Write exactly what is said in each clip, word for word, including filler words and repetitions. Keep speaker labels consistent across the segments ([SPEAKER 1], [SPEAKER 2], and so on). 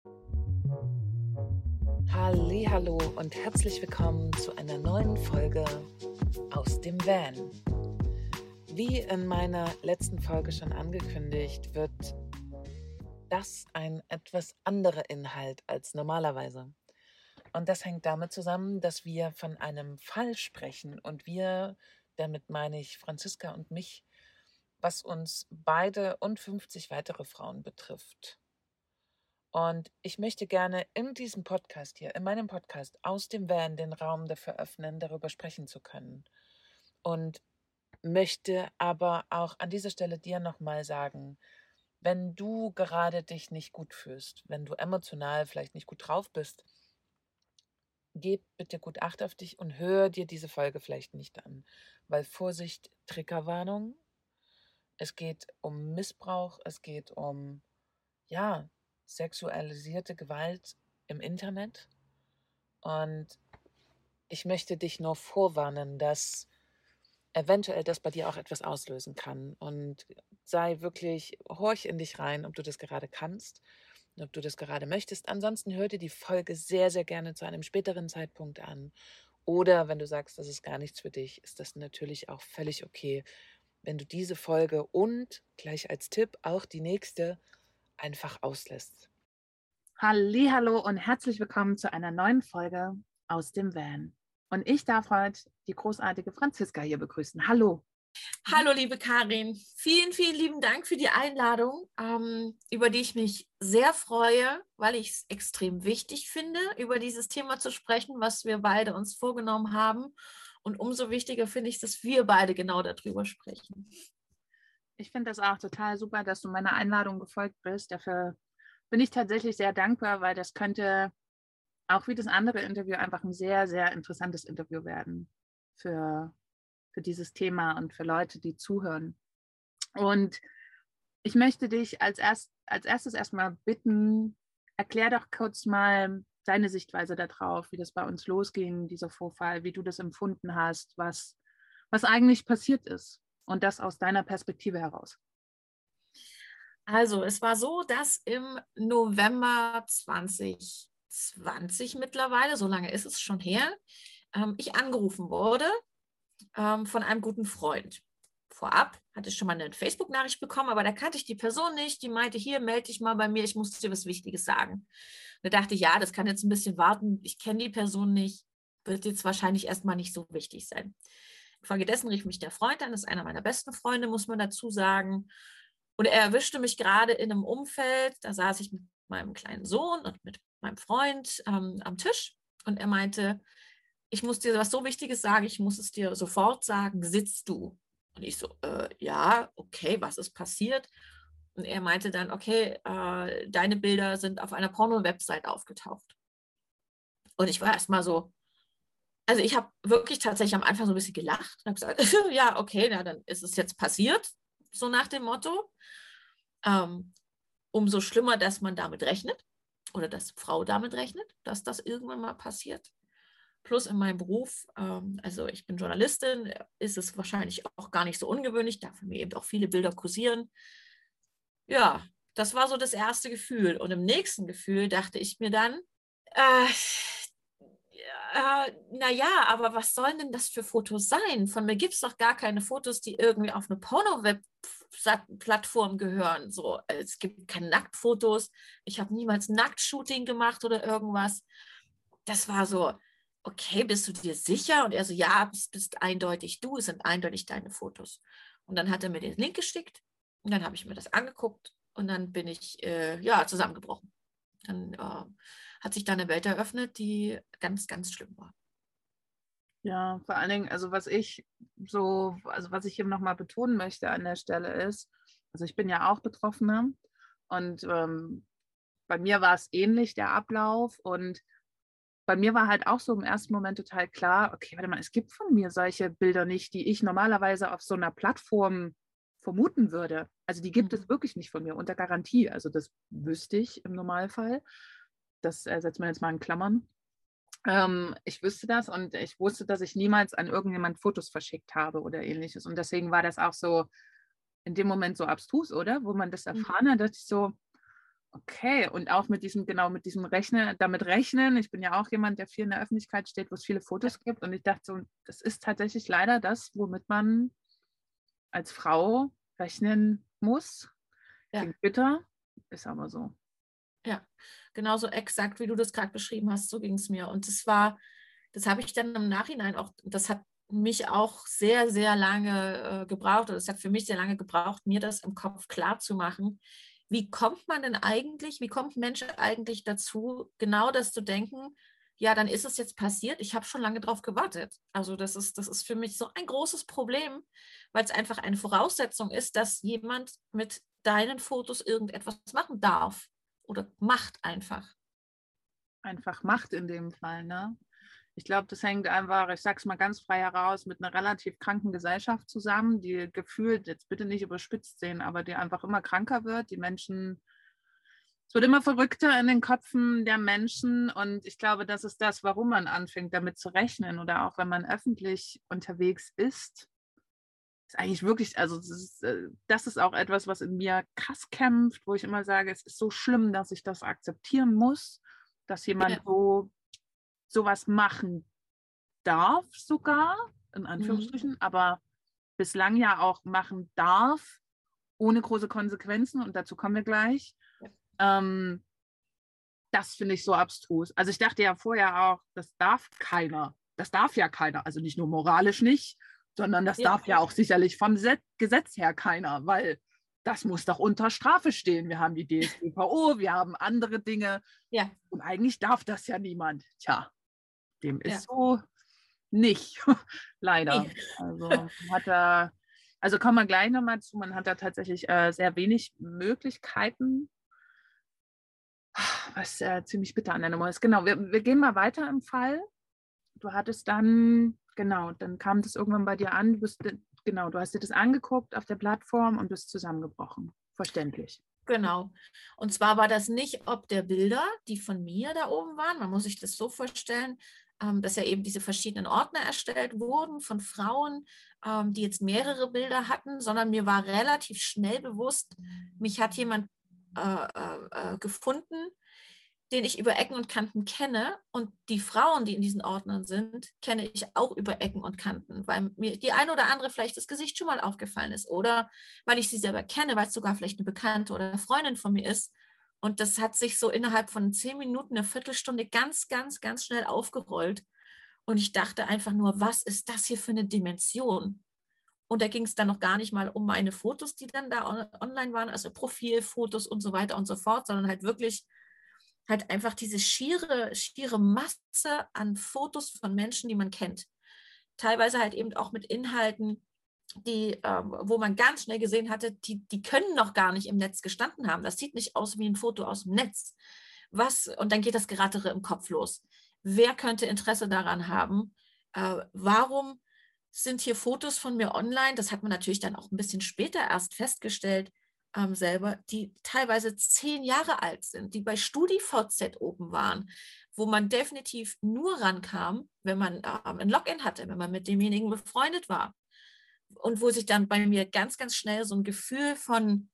[SPEAKER 1] Hallihallo und herzlich willkommen zu einer neuen Folge aus dem Van. Wie in meiner letzten Folge schon angekündigt, wird das ein etwas anderer Inhalt als normalerweise. Und das hängt damit zusammen, dass wir von einem Fall sprechen und wir, damit meine ich Franziska und mich, was uns beide und fünfzig weitere Frauen betrifft. Und ich möchte gerne in diesem Podcast hier, in meinem Podcast aus dem Van den Raum dafür öffnen, darüber sprechen zu können. Und möchte aber auch an dieser Stelle dir nochmal sagen, wenn du gerade dich nicht gut fühlst, wenn du emotional vielleicht nicht gut drauf bist, gib bitte gut Acht auf dich und hör dir diese Folge vielleicht nicht an. Weil Vorsicht, Triggerwarnung, es geht um Missbrauch, es geht um, ja, sexualisierte Gewalt im Internet. Und ich möchte dich nur vorwarnen, dass eventuell das bei dir auch etwas auslösen kann. Und sei wirklich, horch in dich rein, ob du das gerade kannst, ob du das gerade möchtest. Ansonsten hör dir die Folge sehr, sehr gerne zu einem späteren Zeitpunkt an. Oder wenn du sagst, das ist gar nichts für dich, ist das natürlich auch völlig okay, wenn du diese Folge und gleich als Tipp auch die nächste einfach auslässt.
[SPEAKER 2] Hallihallo und herzlich willkommen zu einer neuen Folge aus dem Van. Und ich darf heute die großartige Franziska hier begrüßen. Hallo.
[SPEAKER 3] Hallo, liebe Karin. Vielen, vielen lieben Dank für die Einladung, ähm, über die ich mich sehr freue, weil ich es extrem wichtig finde, über dieses Thema zu sprechen, was wir beide uns vorgenommen haben. Und umso wichtiger finde ich, dass wir beide genau darüber sprechen.
[SPEAKER 2] Ich finde das auch total super, dass du meiner Einladung gefolgt bist. Dafür bin ich tatsächlich sehr dankbar, weil das könnte auch wie das andere Interview einfach ein sehr, sehr interessantes Interview werden für, für dieses Thema und für Leute, die zuhören. Und ich möchte dich als, erst, als erstes erstmal bitten, erklär doch kurz mal deine Sichtweise darauf, wie das bei uns losging, dieser Vorfall, wie du das empfunden hast, was, was eigentlich passiert ist und das aus deiner Perspektive heraus.
[SPEAKER 3] Also, es war so, dass im November zwanzig zwanzig mittlerweile, so lange ist es schon her, ähm, ich angerufen wurde ähm, von einem guten Freund. Vorab hatte ich schon mal eine Facebook-Nachricht bekommen, aber da kannte ich die Person nicht. Die meinte, hier, melde dich mal bei mir, ich muss dir was Wichtiges sagen. Da dachte ich, ja, das kann jetzt ein bisschen warten. Ich kenne die Person nicht, wird jetzt wahrscheinlich erstmal nicht so wichtig sein. Infolgedessen rief mich der Freund an, das ist einer meiner besten Freunde, muss man dazu sagen. Und er erwischte mich gerade in einem Umfeld, da saß ich mit meinem kleinen Sohn und mit meinem Freund ähm, am Tisch und er meinte, ich muss dir was so Wichtiges sagen, ich muss es dir sofort sagen, sitzt du? Und ich so, äh, ja, okay, was ist passiert? Und er meinte dann, okay, äh, deine Bilder sind auf einer Porno-Website aufgetaucht. Und ich war erstmal so, also ich habe wirklich tatsächlich am Anfang so ein bisschen gelacht und habe gesagt, ja, okay, na, dann ist es jetzt passiert, so nach dem Motto. Ähm, umso schlimmer, dass man damit rechnet oder dass Frau damit rechnet, dass das irgendwann mal passiert. Plus in meinem Beruf, ähm, also ich bin Journalistin, ist es wahrscheinlich auch gar nicht so ungewöhnlich, da von mir eben auch viele Bilder kursieren. Ja, das war so das erste Gefühl. Und im nächsten Gefühl dachte ich mir dann, äh, äh, naja, aber was sollen denn das für Fotos sein? Von mir gibt es doch gar keine Fotos, die irgendwie auf eine Porno-Web-Plattform gehören. So, es gibt keine Nacktfotos. Ich habe niemals Nacktshooting gemacht oder irgendwas. Das war so, okay, bist du dir sicher? Und er so, ja, bist, bist eindeutig du, es sind eindeutig deine Fotos. Und dann hat er mir den Link geschickt und dann habe ich mir das angeguckt und dann bin ich äh, ja, zusammengebrochen. Dann äh, hat sich da eine Welt eröffnet, die ganz, ganz schlimm war.
[SPEAKER 2] Ja, vor allen Dingen, also was ich so, also was ich eben nochmal betonen möchte an der Stelle ist, also ich bin ja auch Betroffene und ähm, bei mir war es ähnlich, der Ablauf, und bei mir war halt auch so im ersten Moment total klar, okay, warte mal, es gibt von mir solche Bilder nicht, die ich normalerweise auf so einer Plattform vermuten würde. Also die gibt es wirklich nicht von mir, unter Garantie. Also das wüsste ich im Normalfall. Das äh, setzt man jetzt mal in Klammern. Ähm, ich wüsste das und ich wusste, dass ich niemals an irgendjemand Fotos verschickt habe oder ähnliches. Und deswegen war das auch so in dem Moment so abstrus, oder? Wo man das erfahren hat, dachte ich so, Okay, und auch mit diesem, genau, mit diesem Rechnen, damit rechnen. Ich bin ja auch jemand, der viel in der Öffentlichkeit steht, wo es viele Fotos gibt. Und ich dachte so, das ist tatsächlich leider das, womit man als Frau rechnen muss.
[SPEAKER 3] Ja.
[SPEAKER 2] Klingt bitter, ist aber so.
[SPEAKER 3] Ja, genauso exakt, wie du das gerade beschrieben hast, so ging es mir. Und das war, das habe ich dann im Nachhinein auch, das hat mich auch sehr, sehr lange äh, gebraucht, oder es hat für mich sehr lange gebraucht, mir das im Kopf klar zu machen. Wie kommt man denn eigentlich, wie kommt ein Mensch eigentlich dazu, genau das zu denken, ja, dann ist es jetzt passiert, ich habe schon lange drauf gewartet. Also das ist, das ist für mich so ein großes Problem, weil es einfach eine Voraussetzung ist, dass jemand mit deinen Fotos irgendetwas machen darf oder macht einfach.
[SPEAKER 2] Einfach Macht in dem Fall, ne? Ich glaube, das hängt einfach, ich sage es mal ganz frei heraus, mit einer relativ kranken Gesellschaft zusammen, die gefühlt, jetzt bitte nicht überspitzt sehen, aber die einfach immer kranker wird. Die Menschen, es wird immer verrückter in den Köpfen der Menschen und ich glaube, das ist das, warum man anfängt, damit zu rechnen oder auch wenn man öffentlich unterwegs ist. Ist eigentlich wirklich, also das ist, das ist auch etwas, was in mir krass kämpft, wo ich immer sage, es ist so schlimm, dass ich das akzeptieren muss, dass jemand
[SPEAKER 3] Ja.
[SPEAKER 2] so sowas machen darf sogar, in Anführungsstrichen,
[SPEAKER 3] Mhm.
[SPEAKER 2] aber bislang ja auch machen darf, ohne große Konsequenzen und dazu kommen wir gleich.
[SPEAKER 3] Ja.
[SPEAKER 2] Ähm, das finde ich so abstrus. Also ich dachte ja vorher auch, das darf keiner. Das darf ja keiner. Also nicht nur moralisch nicht, sondern das
[SPEAKER 3] Ja.
[SPEAKER 2] darf ja auch sicherlich vom Gesetz her keiner, weil das muss doch unter Strafe stehen. Wir haben die D S G V O, wir haben andere Dinge.
[SPEAKER 3] Ja.
[SPEAKER 2] Und eigentlich darf das ja niemand. Tja, dem ist
[SPEAKER 3] Ja.
[SPEAKER 2] so nicht, leider.
[SPEAKER 3] Nee.
[SPEAKER 2] Also man hat da, also kommen wir gleich nochmal zu, man hat da tatsächlich äh, sehr wenig Möglichkeiten, was äh, ziemlich bitter an der Nummer ist. Genau, wir, wir gehen mal weiter im Fall. Du hattest dann, genau, dann kam das irgendwann bei dir an, du bist, genau, du hast dir das angeguckt auf der Plattform und bist zusammengebrochen. Verständlich.
[SPEAKER 3] Genau. Und zwar war das nicht ob der Bilder, die von mir da oben waren. Man muss sich das so vorstellen, ähm, dass ja eben diese verschiedenen Ordner erstellt wurden von Frauen, ähm, die jetzt mehrere Bilder hatten, sondern mir war relativ schnell bewusst, mich hat jemand äh, äh, gefunden, den ich über Ecken und Kanten kenne. Und die Frauen, die in diesen Ordnern sind, kenne ich auch über Ecken und Kanten, weil mir die eine oder andere vielleicht das Gesicht schon mal aufgefallen ist oder weil ich sie selber kenne, weil es sogar vielleicht eine Bekannte oder eine Freundin von mir ist. Und das hat sich so innerhalb von zehn Minuten, eine Viertelstunde ganz, ganz, ganz schnell aufgerollt. Und ich dachte einfach nur, was ist das hier für eine Dimension? Und da ging es dann noch gar nicht mal um meine Fotos, die dann da on- online waren, also Profilfotos und so weiter und so fort, sondern halt wirklich halt einfach diese schiere, schiere Masse an Fotos von Menschen, die man kennt. Teilweise halt eben auch mit Inhalten, die, ähm, wo man ganz schnell gesehen hatte, die, die können noch gar nicht im Netz gestanden haben. Das sieht nicht aus wie ein Foto aus dem Netz. Was, und dann geht das Geratere im Kopf los. Wer könnte Interesse daran haben? Äh, warum sind hier Fotos von mir online? Das hat man natürlich dann auch ein bisschen später erst festgestellt, ähm, selber, die teilweise zehn Jahre alt sind, die bei StudiVZ oben waren, wo man definitiv nur rankam, wenn man ähm, ein Login hatte, wenn man mit demjenigen befreundet war. Und wo sich dann bei mir ganz, ganz schnell so ein Gefühl von,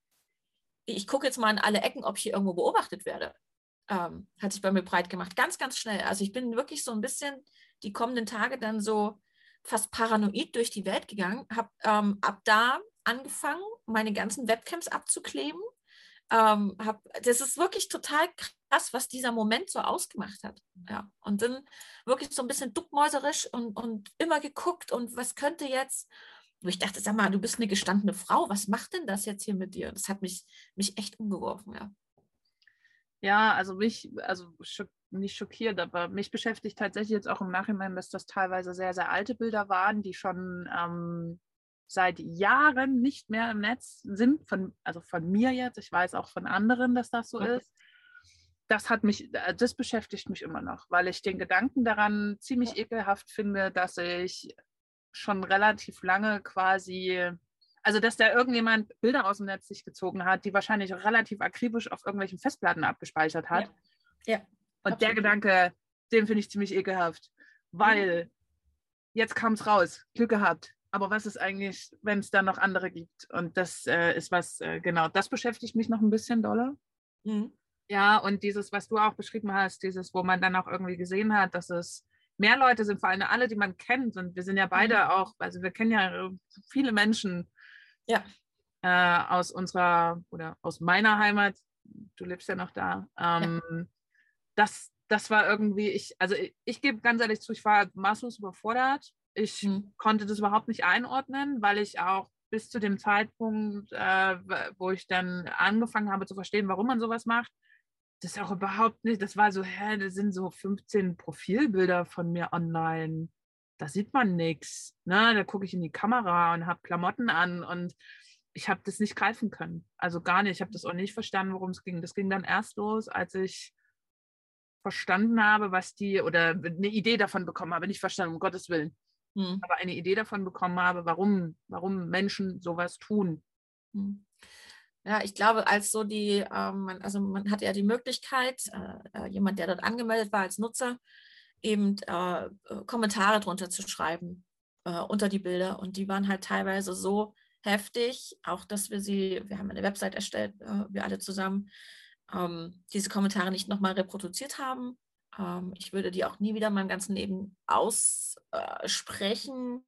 [SPEAKER 3] ich gucke jetzt mal in alle Ecken, ob ich hier irgendwo beobachtet werde, ähm, hat sich bei mir breit gemacht. Ganz, ganz schnell. Also ich bin wirklich so ein bisschen die kommenden Tage dann so fast paranoid durch die Welt gegangen, habe ähm, ab da angefangen, meine ganzen Webcams abzukleben. Ähm, hab, das ist wirklich total krass, was dieser Moment so ausgemacht hat. Ja. Und dann wirklich so ein bisschen duckmäuserisch und, und immer geguckt und was könnte jetzt, wo ich dachte, sag mal, du bist eine gestandene Frau, was macht denn das jetzt hier mit dir? Das hat mich, mich echt umgeworfen, ja.
[SPEAKER 2] Ja, also mich, also schock, nicht schockiert, aber mich beschäftigt tatsächlich jetzt auch im Nachhinein, dass das teilweise sehr, sehr alte Bilder waren, die schon ähm, seit Jahren nicht mehr im Netz sind, von, also von mir jetzt, ich weiß auch von anderen, dass das so
[SPEAKER 3] Okay.
[SPEAKER 2] ist. Das hat mich, das beschäftigt mich immer noch, weil ich den Gedanken daran ziemlich ekelhaft finde, dass ich schon relativ lange quasi, also dass da irgendjemand Bilder aus dem Netz sich gezogen hat, die wahrscheinlich relativ akribisch auf irgendwelchen Festplatten abgespeichert hat.
[SPEAKER 3] Ja, ja,
[SPEAKER 2] und
[SPEAKER 3] absolut.
[SPEAKER 2] der Gedanke, den finde ich ziemlich ekelhaft, weil mhm. jetzt kam es raus, Glück gehabt. Aber was ist eigentlich, wenn es da noch andere gibt? Und das äh, ist was, äh, genau, das beschäftigt mich noch ein bisschen doller.
[SPEAKER 3] Mhm.
[SPEAKER 2] Ja, und dieses, was du auch beschrieben hast, dieses, wo man dann auch irgendwie gesehen hat, dass es mehr Leute sind, vor allem alle, die man kennt. Und wir sind ja beide mhm. auch, also wir kennen ja viele Menschen
[SPEAKER 3] ja.
[SPEAKER 2] äh, aus unserer oder aus meiner Heimat. Du lebst ja noch da. Ähm, ja. das, das war irgendwie, ich, also ich, ich gebe ganz ehrlich zu, ich war maßlos überfordert. Ich mhm. konnte das überhaupt nicht einordnen, weil ich auch bis zu dem Zeitpunkt, äh, wo ich dann angefangen habe zu verstehen, warum man sowas macht, das auch überhaupt nicht, das war so, hä, das sind so fünfzehn Profilbilder von mir online. Da sieht man nichts. Ne? Da gucke ich in die Kamera und habe Klamotten an und ich habe das nicht greifen können. Also gar nicht. Ich habe das auch nicht verstanden, worum es ging. Das ging dann erst los, als ich verstanden habe, was die, oder eine Idee davon bekommen habe, nicht verstanden, um Gottes Willen, hm. aber eine Idee davon bekommen habe, warum, warum Menschen sowas tun.
[SPEAKER 3] Hm. Ja, ich glaube, als so die, ähm, also man hatte ja die Möglichkeit, äh, jemand, der dort angemeldet war als Nutzer, eben äh, Kommentare drunter zu schreiben äh, unter die Bilder. Und die waren halt teilweise so heftig, auch dass wir sie, wir haben eine Website erstellt, äh, wir alle zusammen, ähm, diese Kommentare nicht nochmal reproduziert haben. Ähm, ich würde die auch nie wieder in meinem ganzen Leben aussprechen.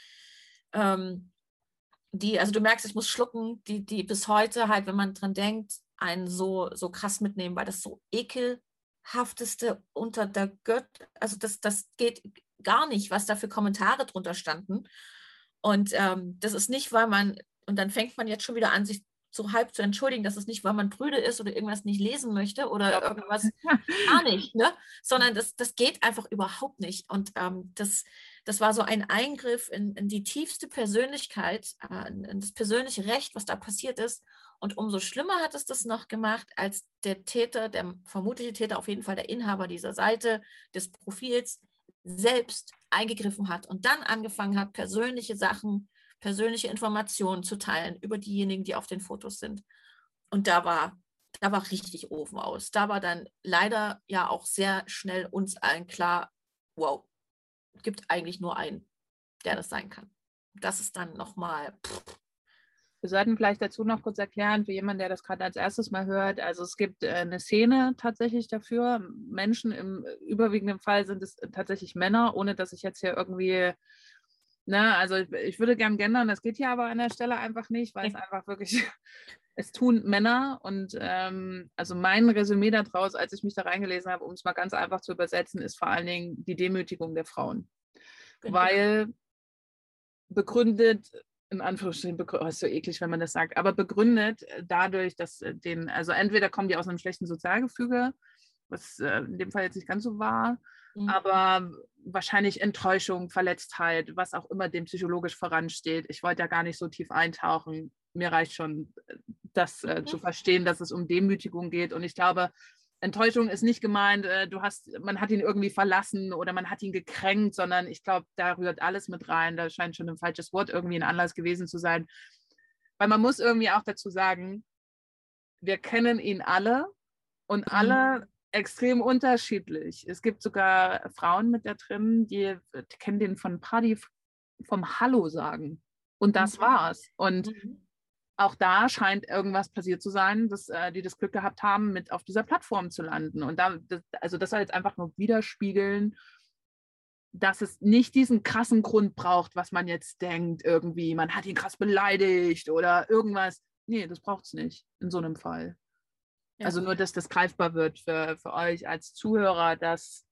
[SPEAKER 3] Ähm, die, also du merkst, ich muss schlucken, die, die bis heute halt, wenn man dran denkt, einen so, so krass mitnehmen, weil das so ekelhafteste unter der Gött, also das, das geht gar nicht, was da für Kommentare drunter standen. Und ähm, das ist nicht, weil man, und dann fängt man jetzt schon wieder an, sich so halb zu entschuldigen, dass es nicht, weil man prüde ist oder irgendwas nicht lesen möchte oder irgendwas, gar nicht, ne? Sondern das, das geht einfach überhaupt nicht. Und ähm, das, das war so ein Eingriff in, in die tiefste Persönlichkeit, äh, in das persönliche Recht, was da passiert ist. Und umso schlimmer hat es das noch gemacht, als der Täter, der vermutliche Täter, auf jeden Fall der Inhaber dieser Seite, des Profils, selbst eingegriffen hat und dann angefangen hat, persönliche Sachen, persönliche Informationen zu teilen über diejenigen, die auf den Fotos sind. Und da war, da war richtig Ofen aus. Da war dann leider ja auch sehr schnell uns allen klar, wow, es gibt eigentlich nur einen, der das sein kann. Das ist dann nochmal...
[SPEAKER 2] Wir sollten vielleicht dazu noch kurz erklären, für jemanden, der das gerade als erstes mal hört, also es gibt eine Szene tatsächlich dafür. Menschen, im überwiegenden Fall sind es tatsächlich Männer, ohne dass ich jetzt hier irgendwie... Ne, also ich, ich würde gern gendern, das geht hier aber an der Stelle einfach nicht, weil es einfach wirklich, es tun Männer und ähm, also mein Resümee daraus, als ich mich da reingelesen habe, um es mal ganz einfach zu übersetzen, ist vor allen Dingen die Demütigung der Frauen. Genau. Weil begründet, in Anführungsstrichen, oh, ist so eklig, wenn man das sagt, aber begründet dadurch, dass den, also entweder kommen die aus einem schlechten Sozialgefüge, was äh, in dem Fall jetzt nicht ganz so war, mhm. aber wahrscheinlich Enttäuschung, Verletztheit, was auch immer dem psychologisch voransteht. Ich wollte ja gar nicht so tief eintauchen. Mir reicht schon, das äh, mhm. zu verstehen, dass es um Demütigung geht. Und ich glaube, Enttäuschung ist nicht gemeint, äh, du hast, man hat ihn irgendwie verlassen oder man hat ihn gekränkt, sondern ich glaube, da rührt alles mit rein. Da scheint schon ein falsches Wort irgendwie ein Anlass gewesen zu sein. Weil man muss irgendwie auch dazu sagen, wir kennen ihn alle und mhm. alle extrem unterschiedlich. Es gibt sogar Frauen mit da drin, die, die kennen den von Party vom Hallo sagen. Und das mhm. war's. Und mhm. auch da scheint irgendwas passiert zu sein, dass äh, die das Glück gehabt haben, mit auf dieser Plattform zu landen. Und da, das, also das soll jetzt einfach nur widerspiegeln, dass es nicht diesen krassen Grund braucht, was man jetzt denkt, irgendwie, man hat ihn krass beleidigt oder irgendwas. Nee, das braucht es nicht in so einem Fall. Ja. Also nur, dass das greifbar wird für, für euch als Zuhörer, dass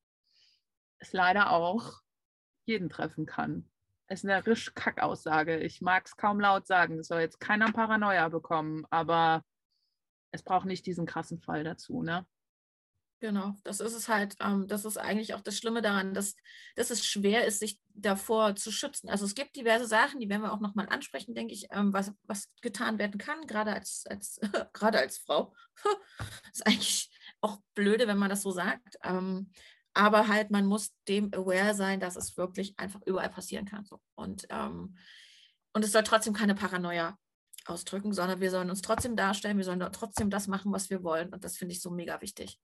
[SPEAKER 2] es leider auch jeden treffen kann. Es ist eine risch Kack-Aussage. Ich mag es kaum laut sagen. Es soll jetzt keiner Paranoia bekommen, aber es braucht nicht diesen krassen Fall dazu, ne?
[SPEAKER 3] Genau, das ist es halt, ähm, das ist eigentlich auch das Schlimme daran, dass, dass es schwer ist, sich davor zu schützen. Also es gibt diverse Sachen, die werden wir auch nochmal ansprechen, denke ich, ähm, was, was getan werden kann, gerade als, als, gerade als Frau. Ist eigentlich auch blöde, wenn man das so sagt. Ähm, aber halt, man muss dem aware sein, dass es wirklich einfach überall passieren kann. So. Und, ähm, und es soll trotzdem keine Paranoia ausdrücken, sondern wir sollen uns trotzdem darstellen, wir sollen trotzdem das machen, was wir wollen. Und das finde ich so mega wichtig.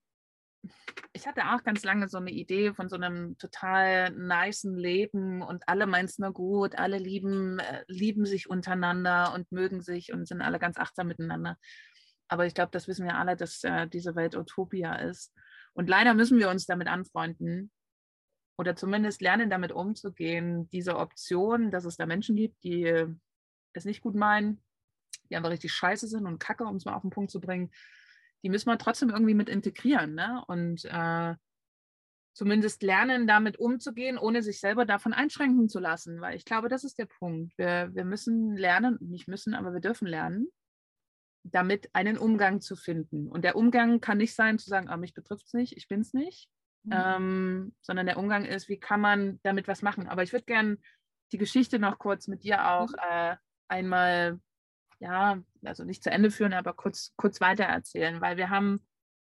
[SPEAKER 2] Ich hatte auch ganz lange so eine Idee von so einem total nicen Leben und alle meinen es nur gut, alle lieben, äh, lieben sich untereinander und mögen sich und sind alle ganz achtsam miteinander. Aber ich glaube, das wissen wir alle, dass äh, diese Welt Utopia ist. Und leider müssen wir uns damit anfreunden oder zumindest lernen, damit umzugehen. Diese Option, dass es da Menschen gibt, die äh, es nicht gut meinen, die einfach richtig scheiße sind und kacke, um es mal auf den Punkt zu bringen, die müssen wir trotzdem irgendwie mit integrieren, ne? Und äh, zumindest lernen, damit umzugehen, ohne sich selber davon einschränken zu lassen. Weil ich glaube, das ist der Punkt. Wir, wir müssen lernen, nicht müssen, aber wir dürfen lernen, damit einen Umgang zu finden. Und der Umgang kann nicht sein, zu sagen, ah, mich betrifft es nicht, ich bin es nicht, mhm. ähm, sondern der Umgang ist, wie kann man damit was machen. Aber ich würde gerne die Geschichte noch kurz mit dir auch mhm. äh, einmal, ja, also nicht zu Ende führen, aber kurz, kurz weiter erzählen, weil wir haben,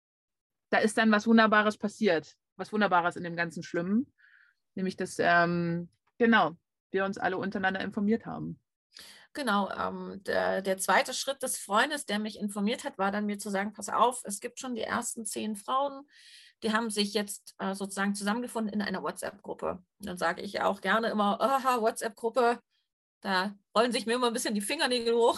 [SPEAKER 2] da ist dann was Wunderbares passiert, was Wunderbares in dem ganzen Schlimmen, nämlich dass, ähm, genau, wir uns alle untereinander informiert haben.
[SPEAKER 3] Genau, ähm, der, der zweite Schritt des Freundes, der mich informiert hat, war dann mir zu sagen, pass auf, es gibt schon die ersten zehn Frauen, die haben sich jetzt äh, sozusagen zusammengefunden in einer WhatsApp-Gruppe. Und dann sage ich auch gerne immer, aha, WhatsApp-Gruppe, da rollen sich mir immer ein bisschen die Fingernägel hoch.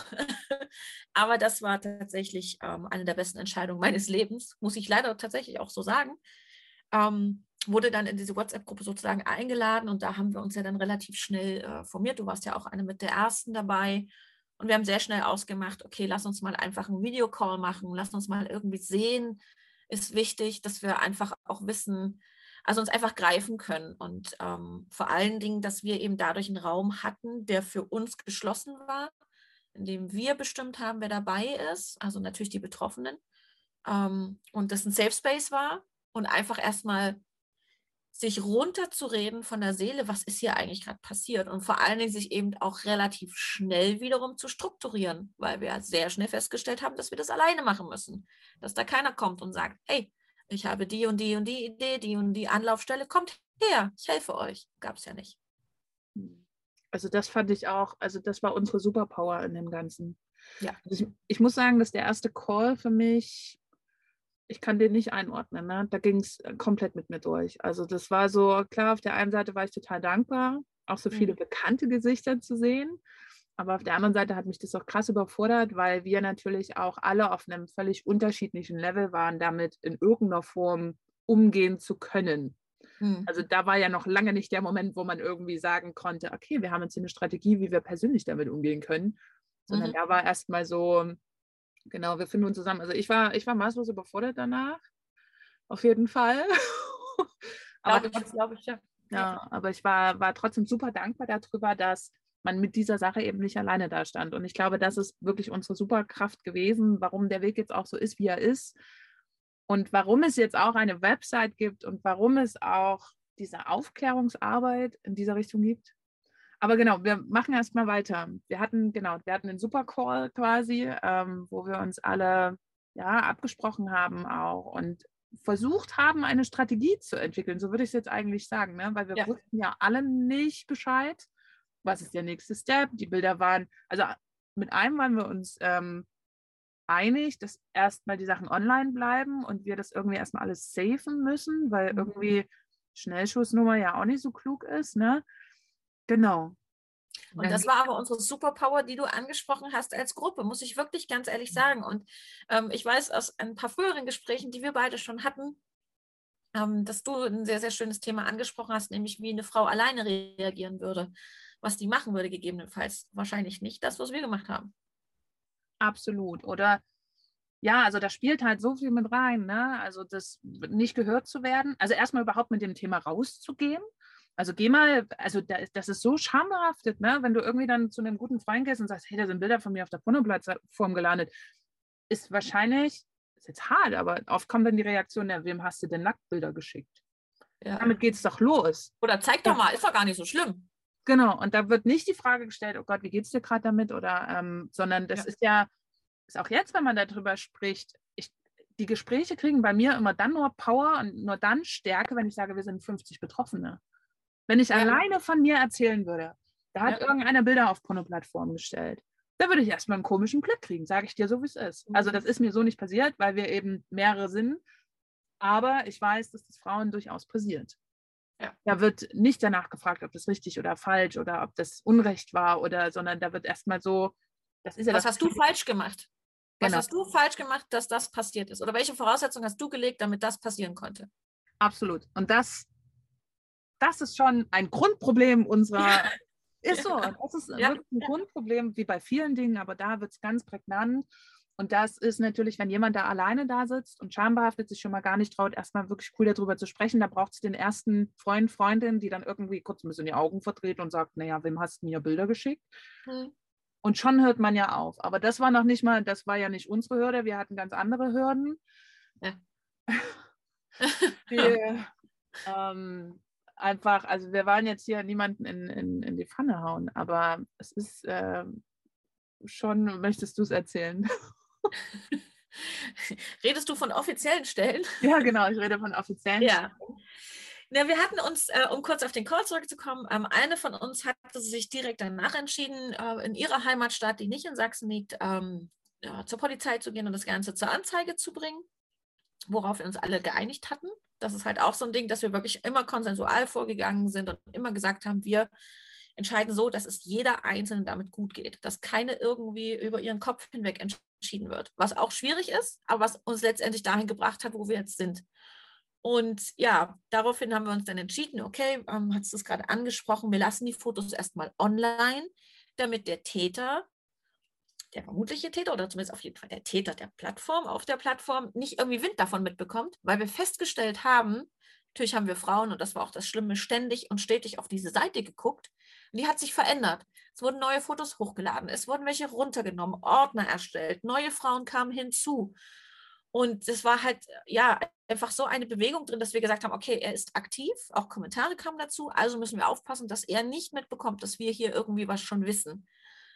[SPEAKER 3] Aber das war tatsächlich ähm, eine der besten Entscheidungen meines Lebens, muss ich leider tatsächlich auch so sagen. Ähm, wurde dann in diese WhatsApp-Gruppe sozusagen eingeladen und da haben wir uns ja dann relativ schnell äh, formiert. Du warst ja auch eine mit der ersten dabei und wir haben sehr schnell ausgemacht, okay, lass uns mal einfach einen Videocall machen, lass uns mal irgendwie sehen, ist wichtig, dass wir einfach auch wissen, also uns einfach greifen können und ähm, vor allen Dingen, dass wir eben dadurch einen Raum hatten, der für uns geschlossen war, in dem wir bestimmt haben, wer dabei ist, also natürlich die Betroffenen ähm, und das ein Safe Space war und einfach erstmal sich runterzureden von der Seele, was ist hier eigentlich gerade passiert und vor allen Dingen sich eben auch relativ schnell wiederum zu strukturieren, weil wir sehr schnell festgestellt haben, dass wir das alleine machen müssen, dass da keiner kommt und sagt, hey, ich habe die und die und die Idee, die und die Anlaufstelle, kommt her, ich helfe euch. Gab es ja nicht.
[SPEAKER 2] Also das fand ich auch, also das war unsere Superpower in dem Ganzen.
[SPEAKER 3] Ja.
[SPEAKER 2] Also ich, ich muss sagen, dass der erste Call für mich, ich kann den nicht einordnen, ne? Da ging es komplett mit mir durch. Also das war so, klar, auf der einen Seite war ich total dankbar, auch so viele mhm. bekannte Gesichter zu sehen. Aber auf der anderen Seite hat mich das auch krass überfordert, weil wir natürlich auch alle auf einem völlig unterschiedlichen Level waren, damit in irgendeiner Form umgehen zu können. Mhm. Also da war ja noch lange nicht der Moment, wo man irgendwie sagen konnte, okay, wir haben jetzt hier eine Strategie, wie wir persönlich damit umgehen können. Sondern mhm. da war erstmal so, genau, wir finden uns zusammen. Also ich war, ich war maßlos überfordert danach, auf jeden Fall. aber
[SPEAKER 3] glaube ich, glaube ich, ja.
[SPEAKER 2] Ja, aber ich war, war trotzdem super dankbar darüber, dass man mit dieser Sache eben nicht alleine da stand. Und ich glaube, das ist wirklich unsere Superkraft gewesen, warum der Weg jetzt auch so ist, wie er ist. Und warum es jetzt auch eine Website gibt und warum es auch diese Aufklärungsarbeit in dieser Richtung gibt. Aber genau, wir machen erstmal weiter. Wir hatten, genau, wir hatten einen Supercall quasi, ähm, wo wir uns alle ja, abgesprochen haben auch und versucht haben, eine Strategie zu entwickeln. So würde ich es jetzt eigentlich sagen, ne? Weil wir ja. wussten ja alle nicht Bescheid. Was ist der nächste Step? Die Bilder waren, also mit einem waren wir uns ähm, einig, dass erstmal die Sachen online bleiben und wir das irgendwie erstmal alles safen müssen, weil mhm. irgendwie Schnellschussnummer ja auch nicht so klug ist, ne? Genau.
[SPEAKER 3] Und das war aber unsere Superpower, die du angesprochen hast als Gruppe, muss ich wirklich ganz ehrlich sagen. Und ähm, ich weiß aus ein paar früheren Gesprächen, die wir beide schon hatten, ähm, dass du ein sehr, sehr schönes Thema angesprochen hast, nämlich wie eine Frau alleine reagieren würde, was die machen würde gegebenenfalls. Wahrscheinlich nicht das, was wir gemacht haben.
[SPEAKER 2] Absolut. Oder ja, also da spielt halt so viel mit rein, ne? Also das nicht gehört zu werden. Also erstmal überhaupt mit dem Thema rauszugehen. Also geh mal, also das ist so schambehaftet, ne? Wenn du irgendwie dann zu einem guten Freund gehst und sagst, hey, da sind Bilder von mir auf der Pornoplattform gelandet, ist wahrscheinlich, ist jetzt hart, aber oft kommt dann die Reaktion, ja, wem hast du denn Nacktbilder geschickt? Ja. Damit geht's doch los.
[SPEAKER 3] Oder zeig doch mal, ist doch gar nicht so schlimm.
[SPEAKER 2] Genau, und da wird nicht die Frage gestellt, oh Gott, wie geht's dir gerade damit? Oder, ähm, sondern das ja. ist ja, ist auch jetzt, wenn man darüber spricht, ich, die Gespräche kriegen bei mir immer dann nur Power und nur dann Stärke, wenn ich sage, wir sind fünfzig Betroffene. Wenn ich ja. alleine von mir erzählen würde, da hat ja. irgendeiner Bilder auf Pornoplattformen gestellt, da würde ich erstmal einen komischen Blick kriegen, sage ich dir so, wie es ist. Mhm. Also das ist mir so nicht passiert, weil wir eben mehrere sind, aber ich weiß, dass das Frauen durchaus passiert. Ja. Da wird nicht danach gefragt, ob das richtig oder falsch oder ob das Unrecht war, oder, sondern da wird erstmal so, das ist ja
[SPEAKER 3] Was
[SPEAKER 2] das
[SPEAKER 3] hast du falsch gemacht? Was
[SPEAKER 2] Genau.
[SPEAKER 3] hast du falsch gemacht, dass das passiert ist? Oder welche Voraussetzungen hast du gelegt, damit das passieren konnte?
[SPEAKER 2] Absolut. Und das, das ist schon ein Grundproblem unserer, ist so, das ist
[SPEAKER 3] Ja.
[SPEAKER 2] wirklich ein Grundproblem, wie bei vielen Dingen, aber da wird es ganz prägnant. Und das ist natürlich, wenn jemand da alleine da sitzt und schambehaftet sich schon mal gar nicht traut, erstmal wirklich cool darüber zu sprechen, da braucht es den ersten Freund, Freundin, die dann irgendwie kurz ein bisschen die Augen verdreht und sagt, naja, wem hast du mir Bilder geschickt?
[SPEAKER 3] Hm.
[SPEAKER 2] Und schon hört man ja auf. Aber das war noch nicht mal, das war ja nicht unsere Hürde, wir hatten ganz andere Hürden.
[SPEAKER 3] Ja.
[SPEAKER 2] Die, ähm, einfach, also wir wollen jetzt hier niemanden in, in, in die Pfanne hauen, aber es ist äh, schon, möchtest du es erzählen?
[SPEAKER 3] Redest du von offiziellen Stellen?
[SPEAKER 2] Ja, genau, ich rede von offiziellen
[SPEAKER 3] Ja.
[SPEAKER 2] Stellen.
[SPEAKER 3] Ja, wir hatten uns, äh, um kurz auf den Call zurückzukommen, ähm, eine von uns hatte sich direkt danach entschieden, äh, in ihrer Heimatstadt, die nicht in Sachsen liegt, ähm, ja, zur Polizei zu gehen und das Ganze zur Anzeige zu bringen, worauf wir uns alle geeinigt hatten. Das ist halt auch so ein Ding, dass wir wirklich immer konsensual vorgegangen sind und immer gesagt haben, wir entscheiden so, dass es jeder Einzelne damit gut geht, dass keine irgendwie über ihren Kopf hinweg entschieden wird, was auch schwierig ist, aber was uns letztendlich dahin gebracht hat, wo wir jetzt sind. Und ja, daraufhin haben wir uns dann entschieden, okay, ähm, hast du es gerade angesprochen, wir lassen die Fotos erstmal online, damit der Täter, der vermutliche Täter oder zumindest auf jeden Fall der Täter der Plattform, auf der Plattform, nicht irgendwie Wind davon mitbekommt, weil wir festgestellt haben, natürlich haben wir Frauen, und das war auch das Schlimme, ständig und stetig auf diese Seite geguckt und die hat sich verändert. Es wurden neue Fotos hochgeladen, es wurden welche runtergenommen, Ordner erstellt, neue Frauen kamen hinzu. Und es war halt, ja, einfach so eine Bewegung drin, dass wir gesagt haben, okay, er ist aktiv, auch Kommentare kamen dazu, also müssen wir aufpassen, dass er nicht mitbekommt, dass wir hier irgendwie was schon wissen.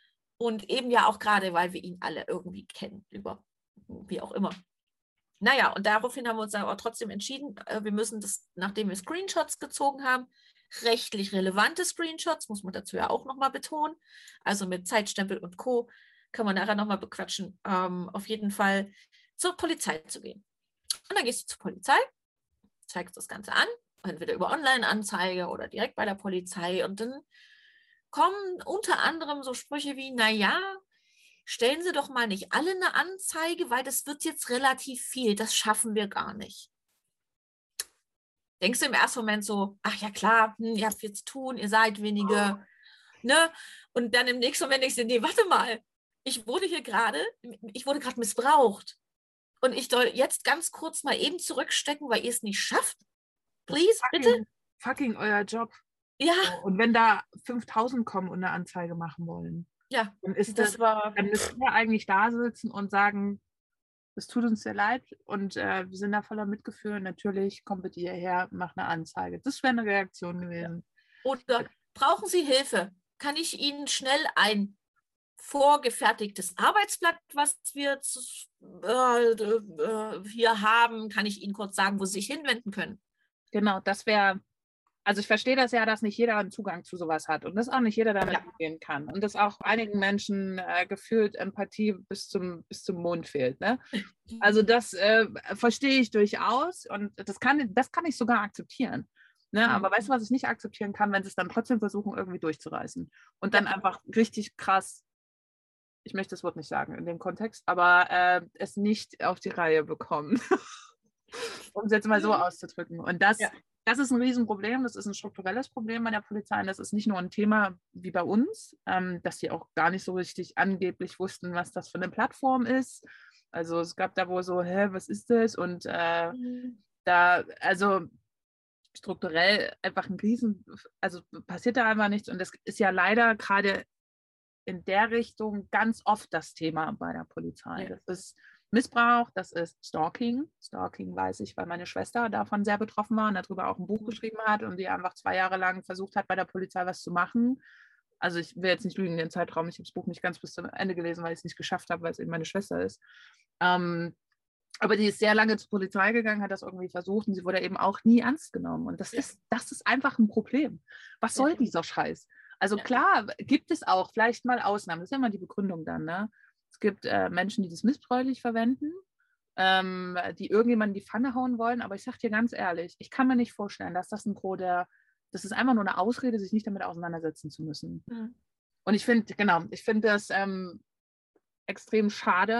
[SPEAKER 3] Und eben ja auch gerade, weil wir ihn alle irgendwie kennen, über wie auch immer. Naja, und daraufhin haben wir uns aber trotzdem entschieden, wir müssen das, nachdem wir Screenshots gezogen haben, rechtlich relevante Screenshots, muss man dazu ja auch nochmal betonen, also mit Zeitstempel und Co., kann man nachher nochmal bequatschen, ähm, auf jeden Fall zur Polizei zu gehen. Und dann gehst du zur Polizei, zeigst das Ganze an, entweder über Online-Anzeige oder direkt bei der Polizei und dann kommen unter anderem so Sprüche wie, naja, stellen Sie doch mal nicht alle eine Anzeige, weil das wird jetzt relativ viel, das schaffen wir gar nicht. Denkst du im ersten Moment so, ach ja klar, hm, ihr habt viel zu tun, ihr seid wenige, ne? Und dann im nächsten Moment denkst du, nee, warte mal, ich wurde hier gerade, ich wurde gerade missbraucht. Und ich soll jetzt ganz kurz mal eben zurückstecken, weil ihr es nicht schafft? Please,
[SPEAKER 2] fucking,
[SPEAKER 3] bitte?
[SPEAKER 2] Fucking euer Job.
[SPEAKER 3] Ja.
[SPEAKER 2] Und wenn da fünftausend kommen und eine Anzeige machen wollen,
[SPEAKER 3] Ja,
[SPEAKER 2] dann, ist
[SPEAKER 3] das
[SPEAKER 2] das,
[SPEAKER 3] war...
[SPEAKER 2] dann müssen wir eigentlich da sitzen und sagen, es tut uns sehr leid und äh, wir sind da voller Mitgefühl. Natürlich, kommt bitte hierher, mach eine Anzeige. Das wäre eine Reaktion gewesen.
[SPEAKER 3] Ja. Oder brauchen Sie Hilfe? Kann ich Ihnen schnell ein vorgefertigtes Arbeitsblatt, was wir zu, äh, äh, hier haben, kann ich Ihnen kurz sagen, wo Sie sich hinwenden können?
[SPEAKER 2] Genau, das wäre, also ich verstehe das ja, dass nicht jeder einen Zugang zu sowas hat und dass auch nicht jeder damit
[SPEAKER 3] Ja.
[SPEAKER 2] umgehen kann und dass auch einigen Menschen äh, gefühlt Empathie bis zum, bis zum Mond fehlt. Ne? Also das äh, verstehe ich durchaus und das kann, das kann ich sogar akzeptieren. Ne?
[SPEAKER 3] Mhm.
[SPEAKER 2] Aber weißt du, was ich nicht akzeptieren kann, wenn sie es dann trotzdem versuchen, irgendwie durchzureißen und dann
[SPEAKER 3] Ja.
[SPEAKER 2] einfach richtig krass, ich möchte das Wort nicht sagen in dem Kontext, aber äh, es nicht auf die Reihe bekommen. Um es jetzt mal so auszudrücken. Und das,
[SPEAKER 3] Ja.
[SPEAKER 2] das ist ein Riesenproblem, das ist ein strukturelles Problem bei der Polizei und das ist nicht nur ein Thema wie bei uns, ähm, dass die auch gar nicht so richtig angeblich wussten, was das für eine Plattform ist. Also es gab da wohl so, hä, was ist das? Und äh,
[SPEAKER 3] Mhm.
[SPEAKER 2] da, also strukturell einfach ein Riesen, also passiert da einfach nichts und das ist ja leider gerade in der Richtung ganz oft das Thema bei der Polizei.
[SPEAKER 3] Ja.
[SPEAKER 2] Das ist Missbrauch, das ist Stalking. Stalking weiß ich, weil meine Schwester davon sehr betroffen war und darüber auch ein Buch geschrieben hat und die einfach zwei Jahre lang versucht hat, bei der Polizei was zu machen. Also ich will jetzt nicht lügen, den Zeitraum, ich habe das Buch nicht ganz bis zum Ende gelesen, weil ich es nicht geschafft habe, weil es eben meine Schwester ist. Ähm, aber die ist sehr lange zur Polizei gegangen, hat das irgendwie versucht und sie wurde eben auch nie ernst genommen. Und das,
[SPEAKER 3] Ja.
[SPEAKER 2] ist, das ist einfach ein Problem. Was soll
[SPEAKER 3] Ja.
[SPEAKER 2] dieser Scheiß? Also
[SPEAKER 3] Ja.
[SPEAKER 2] klar, gibt es auch vielleicht mal Ausnahmen. Das ist ja immer die Begründung dann. Ne? Es gibt äh, Menschen, die das missbräuchlich verwenden, ähm, die irgendjemanden in die Pfanne hauen wollen. Aber ich sage dir ganz ehrlich, ich kann mir nicht vorstellen, dass das ein Gros der, das ist einfach nur eine Ausrede, sich nicht damit auseinandersetzen zu müssen.
[SPEAKER 3] Mhm.
[SPEAKER 2] Und ich finde, genau, ich finde das ähm, extrem schade,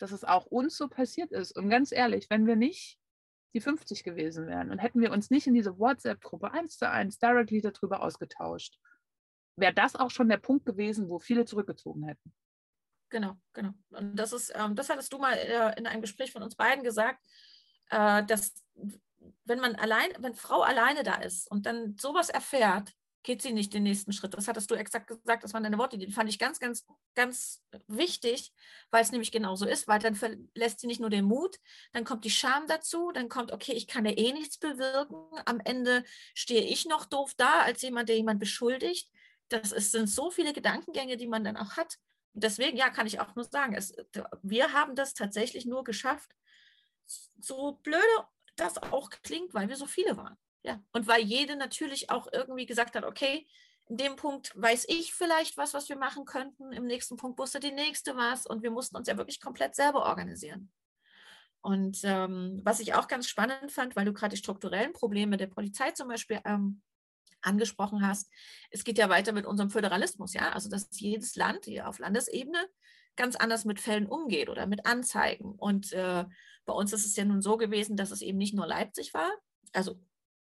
[SPEAKER 2] dass es auch uns so passiert ist. Und ganz ehrlich, wenn wir nicht die fünfzig gewesen wären und hätten wir uns nicht in diese WhatsApp-Gruppe eins zu eins directly darüber ausgetauscht, wäre das auch schon der Punkt gewesen, wo viele zurückgezogen hätten.
[SPEAKER 3] Genau, genau. Und das ist, ähm, das hattest du mal äh, in einem Gespräch von uns beiden gesagt, äh, dass wenn man allein, wenn Frau alleine da ist und dann sowas erfährt, geht sie nicht den nächsten Schritt. Das hattest du exakt gesagt, das waren deine Worte, die fand ich ganz, ganz, ganz wichtig, weil es nämlich genauso ist, weil dann verlässt sie nicht nur den Mut, dann kommt die Scham dazu, dann kommt, okay, ich kann ja eh nichts bewirken, am Ende stehe ich noch doof da, als jemand, der jemand beschuldigt. Das ist, sind so viele Gedankengänge, die man dann auch hat. Und deswegen, ja, kann ich auch nur sagen, es, wir haben das tatsächlich nur geschafft, so blöde das auch klingt, weil wir so viele waren. Ja. Und weil jede natürlich auch irgendwie gesagt hat, okay, in dem Punkt weiß ich vielleicht was, was wir machen könnten, im nächsten Punkt wusste die nächste was und wir mussten uns ja wirklich komplett selber organisieren. Und ähm, was ich auch ganz spannend fand, weil du gerade die strukturellen Probleme der Polizei zum Beispiel ähm, angesprochen hast, es geht ja weiter mit unserem Föderalismus, ja, also dass jedes Land hier auf Landesebene ganz anders mit Fällen umgeht oder mit Anzeigen. Und äh, bei uns ist es ja nun so gewesen, dass es eben nicht nur Leipzig war, also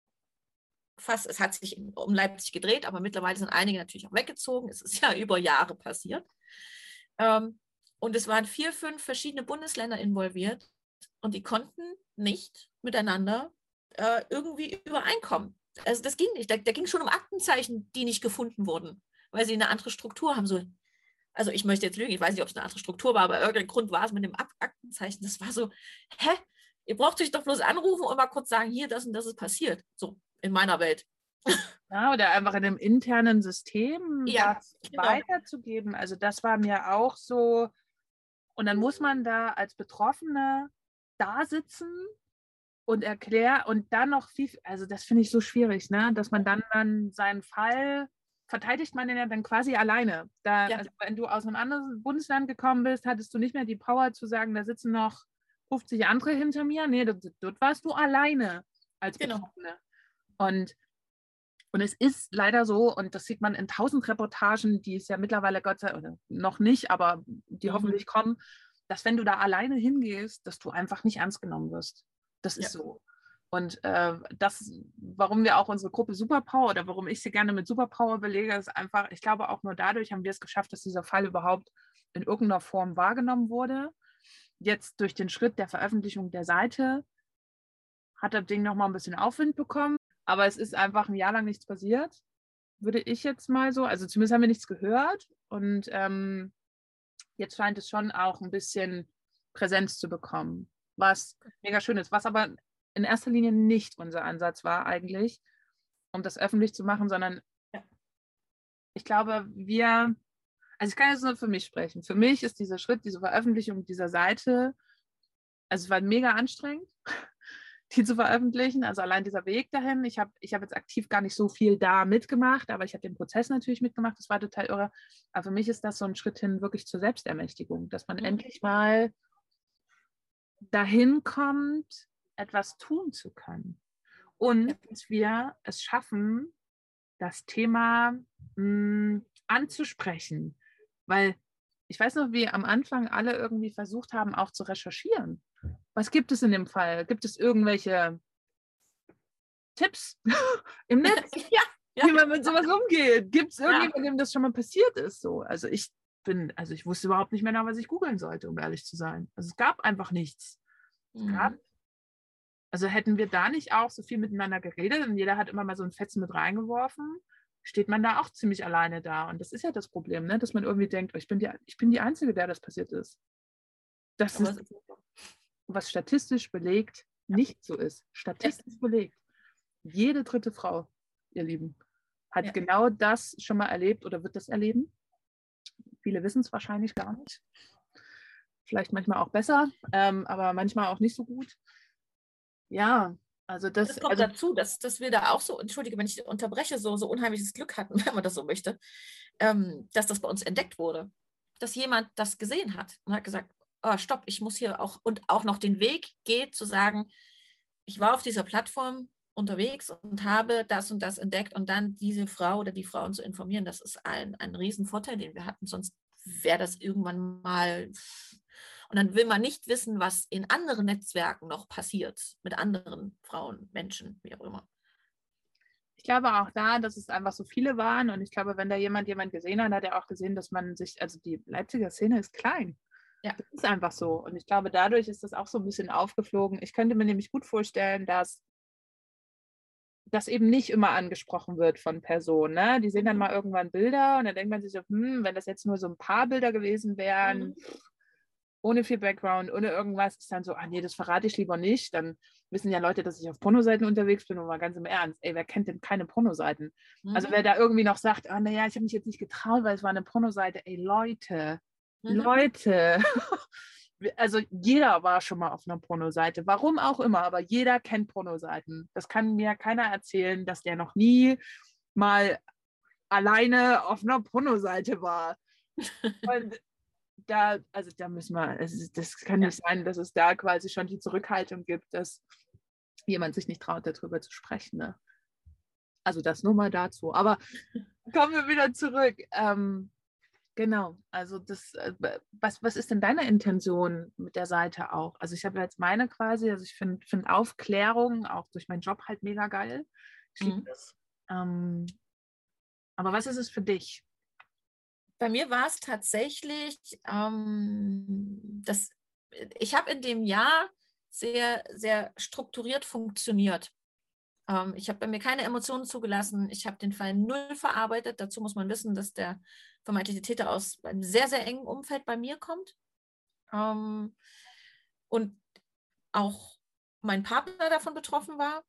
[SPEAKER 3] fast, es hat sich um Leipzig gedreht, aber mittlerweile sind einige natürlich auch weggezogen. Es ist ja über Jahre passiert. Ähm, und es waren vier, fünf verschiedene Bundesländer involviert und die konnten nicht miteinander äh, irgendwie übereinkommen. Also das ging nicht. Da, da ging es schon um Aktenzeichen, die nicht gefunden wurden, weil sie eine andere Struktur haben. So, also ich möchte jetzt lügen, ich weiß nicht, ob es eine andere Struktur war, aber irgendein Grund war es mit dem Aktenzeichen. Das war so, hä? Ihr braucht euch doch bloß anrufen und mal kurz sagen, hier, das und das ist passiert. So, in meiner Welt.
[SPEAKER 2] Ja, oder einfach in einem internen System
[SPEAKER 3] ja,
[SPEAKER 2] was
[SPEAKER 3] genau.
[SPEAKER 2] weiterzugeben. Also das war mir auch so. Und dann muss man da als Betroffene da sitzen und erklären und dann noch viel, also das finde ich so schwierig, ne? Dass man dann, dann seinen Fall, verteidigt man den ja dann quasi alleine. Da,
[SPEAKER 3] Ja.
[SPEAKER 2] also wenn du aus einem anderen Bundesland gekommen bist, hattest du nicht mehr die Power zu sagen, da sitzen noch fünfzig andere hinter mir. Nee, dort, dort warst du alleine als
[SPEAKER 3] Genau.
[SPEAKER 2] Betroffene. Und, und es ist leider so, und das sieht man in tausend Reportagen, die es ja mittlerweile Gott sei Dank noch nicht, aber die
[SPEAKER 3] Mhm.
[SPEAKER 2] hoffentlich kommen, dass wenn du da alleine hingehst, dass du einfach nicht ernst genommen wirst. Das ist
[SPEAKER 3] Ja.
[SPEAKER 2] so. Und äh, das, warum wir auch unsere Gruppe Superpower oder warum ich sie gerne mit Superpower belege, ist einfach, ich glaube auch nur dadurch haben wir es geschafft, dass dieser Fall überhaupt in irgendeiner Form wahrgenommen wurde. Jetzt durch den Schritt der Veröffentlichung der Seite hat das Ding nochmal ein bisschen Aufwind bekommen, aber es ist einfach ein Jahr lang nichts passiert, würde ich jetzt mal so, also zumindest haben wir nichts gehört und ähm, jetzt scheint es schon auch ein bisschen Präsenz zu bekommen, was mega schön ist, was aber in erster Linie nicht unser Ansatz war eigentlich, um das öffentlich zu machen, sondern
[SPEAKER 3] Ja.
[SPEAKER 2] ich glaube, wir, also ich kann jetzt nur für mich sprechen, für mich ist dieser Schritt, diese Veröffentlichung dieser Seite, also es war mega anstrengend, die zu veröffentlichen, also allein dieser Weg dahin. Ich habe ich hab jetzt aktiv gar nicht so viel da mitgemacht, aber ich habe den Prozess natürlich mitgemacht, das war total irre. Aber für mich ist das so ein Schritt hin wirklich zur Selbstermächtigung, dass man
[SPEAKER 3] Mhm.
[SPEAKER 2] endlich mal dahin kommt, etwas tun zu können. Und
[SPEAKER 3] Ja.
[SPEAKER 2] dass wir es schaffen, das Thema mh, anzusprechen. Weil ich weiß noch, wie am Anfang alle irgendwie versucht haben, auch zu recherchieren. Was gibt es in dem Fall? Gibt es irgendwelche Tipps im Netz,
[SPEAKER 3] ja. Ja.
[SPEAKER 2] wie man mit sowas umgeht? Gibt es
[SPEAKER 3] Ja.
[SPEAKER 2] irgendjemanden, dem das schon mal passiert ist? So? Also ich bin, also ich wusste überhaupt nicht mehr, nach was ich googeln sollte, um ehrlich zu sein. Also es gab einfach nichts. Es gab,
[SPEAKER 3] Mhm.
[SPEAKER 2] also hätten wir da nicht auch so viel miteinander geredet und jeder hat immer mal so ein Fetzen mit reingeworfen, steht man da auch ziemlich alleine da. Und das ist ja das Problem, ne? Dass man irgendwie denkt, oh, ich bin die, ich bin die Einzige, der das passiert ist. Das
[SPEAKER 3] Aber
[SPEAKER 2] ist,
[SPEAKER 3] es ist
[SPEAKER 2] was statistisch belegt nicht so ist. Statistisch belegt. Jede dritte Frau, ihr Lieben, hat
[SPEAKER 3] Ja.
[SPEAKER 2] genau das schon mal erlebt oder wird das erleben. Viele wissen es wahrscheinlich gar nicht. Vielleicht manchmal auch besser, ähm, aber manchmal auch nicht so gut. Ja, also das.
[SPEAKER 3] Es kommt
[SPEAKER 2] also,
[SPEAKER 3] dazu, dass, dass wir da auch so, entschuldige, wenn ich unterbreche, so, so unheimliches Glück hatten, wenn man das so möchte, ähm, dass das bei uns entdeckt wurde. Dass jemand das gesehen hat und hat gesagt, oh, stopp, ich muss hier auch, und auch noch den Weg geht, zu sagen, ich war auf dieser Plattform unterwegs und habe das und das entdeckt und dann diese Frau oder die Frauen zu informieren, das ist ein, ein Riesenvorteil, den wir hatten, sonst wäre das irgendwann mal, Und dann will man nicht wissen, was in anderen Netzwerken noch passiert, mit anderen Frauen, Menschen, wie auch immer.
[SPEAKER 2] Ich glaube auch da, dass es einfach so viele waren und ich glaube, wenn da jemand jemand gesehen hat, hat er auch gesehen, dass man sich, also die Leipziger Szene ist klein.
[SPEAKER 3] Ja.
[SPEAKER 2] Das ist einfach so. Und ich glaube, dadurch ist das auch so ein bisschen aufgeflogen. Ich könnte mir nämlich gut vorstellen, dass das eben nicht immer angesprochen wird von Personen. Ne? Die sehen dann mal irgendwann Bilder und dann denkt man sich so, hm, wenn das jetzt nur so ein paar Bilder gewesen wären,
[SPEAKER 3] Mhm.
[SPEAKER 2] ohne viel Background, ohne irgendwas, ist dann so, ah nee, das verrate ich lieber nicht. Dann wissen ja Leute, dass ich auf Pornoseiten unterwegs bin und mal ganz im Ernst, ey, wer kennt denn keine Pornoseiten?
[SPEAKER 3] Mhm.
[SPEAKER 2] Also wer da irgendwie noch sagt, ah naja, ich habe mich jetzt nicht getraut, weil es war eine Pornoseite, ey Leute,
[SPEAKER 3] Mhm.
[SPEAKER 2] Leute, also jeder war schon mal auf einer Pornoseite, warum auch immer, aber jeder kennt Pornoseiten. Das kann mir keiner erzählen, dass der noch nie mal alleine auf einer Pornoseite war. Und da, also da müssen wir, es, das kann
[SPEAKER 3] Ja.
[SPEAKER 2] nicht sein, dass es da quasi schon die Zurückhaltung gibt, dass jemand sich nicht traut, darüber zu sprechen. Ne? Also das nur mal dazu. Aber kommen wir wieder zurück. Ähm, genau, also das, äh, was, was ist denn deine Intention mit der Seite auch? Also ich habe jetzt meine quasi, also ich finde find Aufklärung auch durch meinen Job halt mega geil. Ich liebe
[SPEAKER 3] Mhm.
[SPEAKER 2] das. Ähm, aber was ist es für dich?
[SPEAKER 3] Bei mir war es tatsächlich, ähm, dass ich habe in dem Jahr sehr, sehr strukturiert funktioniert. Ähm, ich habe bei mir keine Emotionen zugelassen. Ich habe den Fall null verarbeitet. Dazu muss man wissen, dass der vermeintliche Täter aus einem sehr, sehr engen Umfeld bei mir kommt. Ähm, und auch mein Partner davon betroffen war.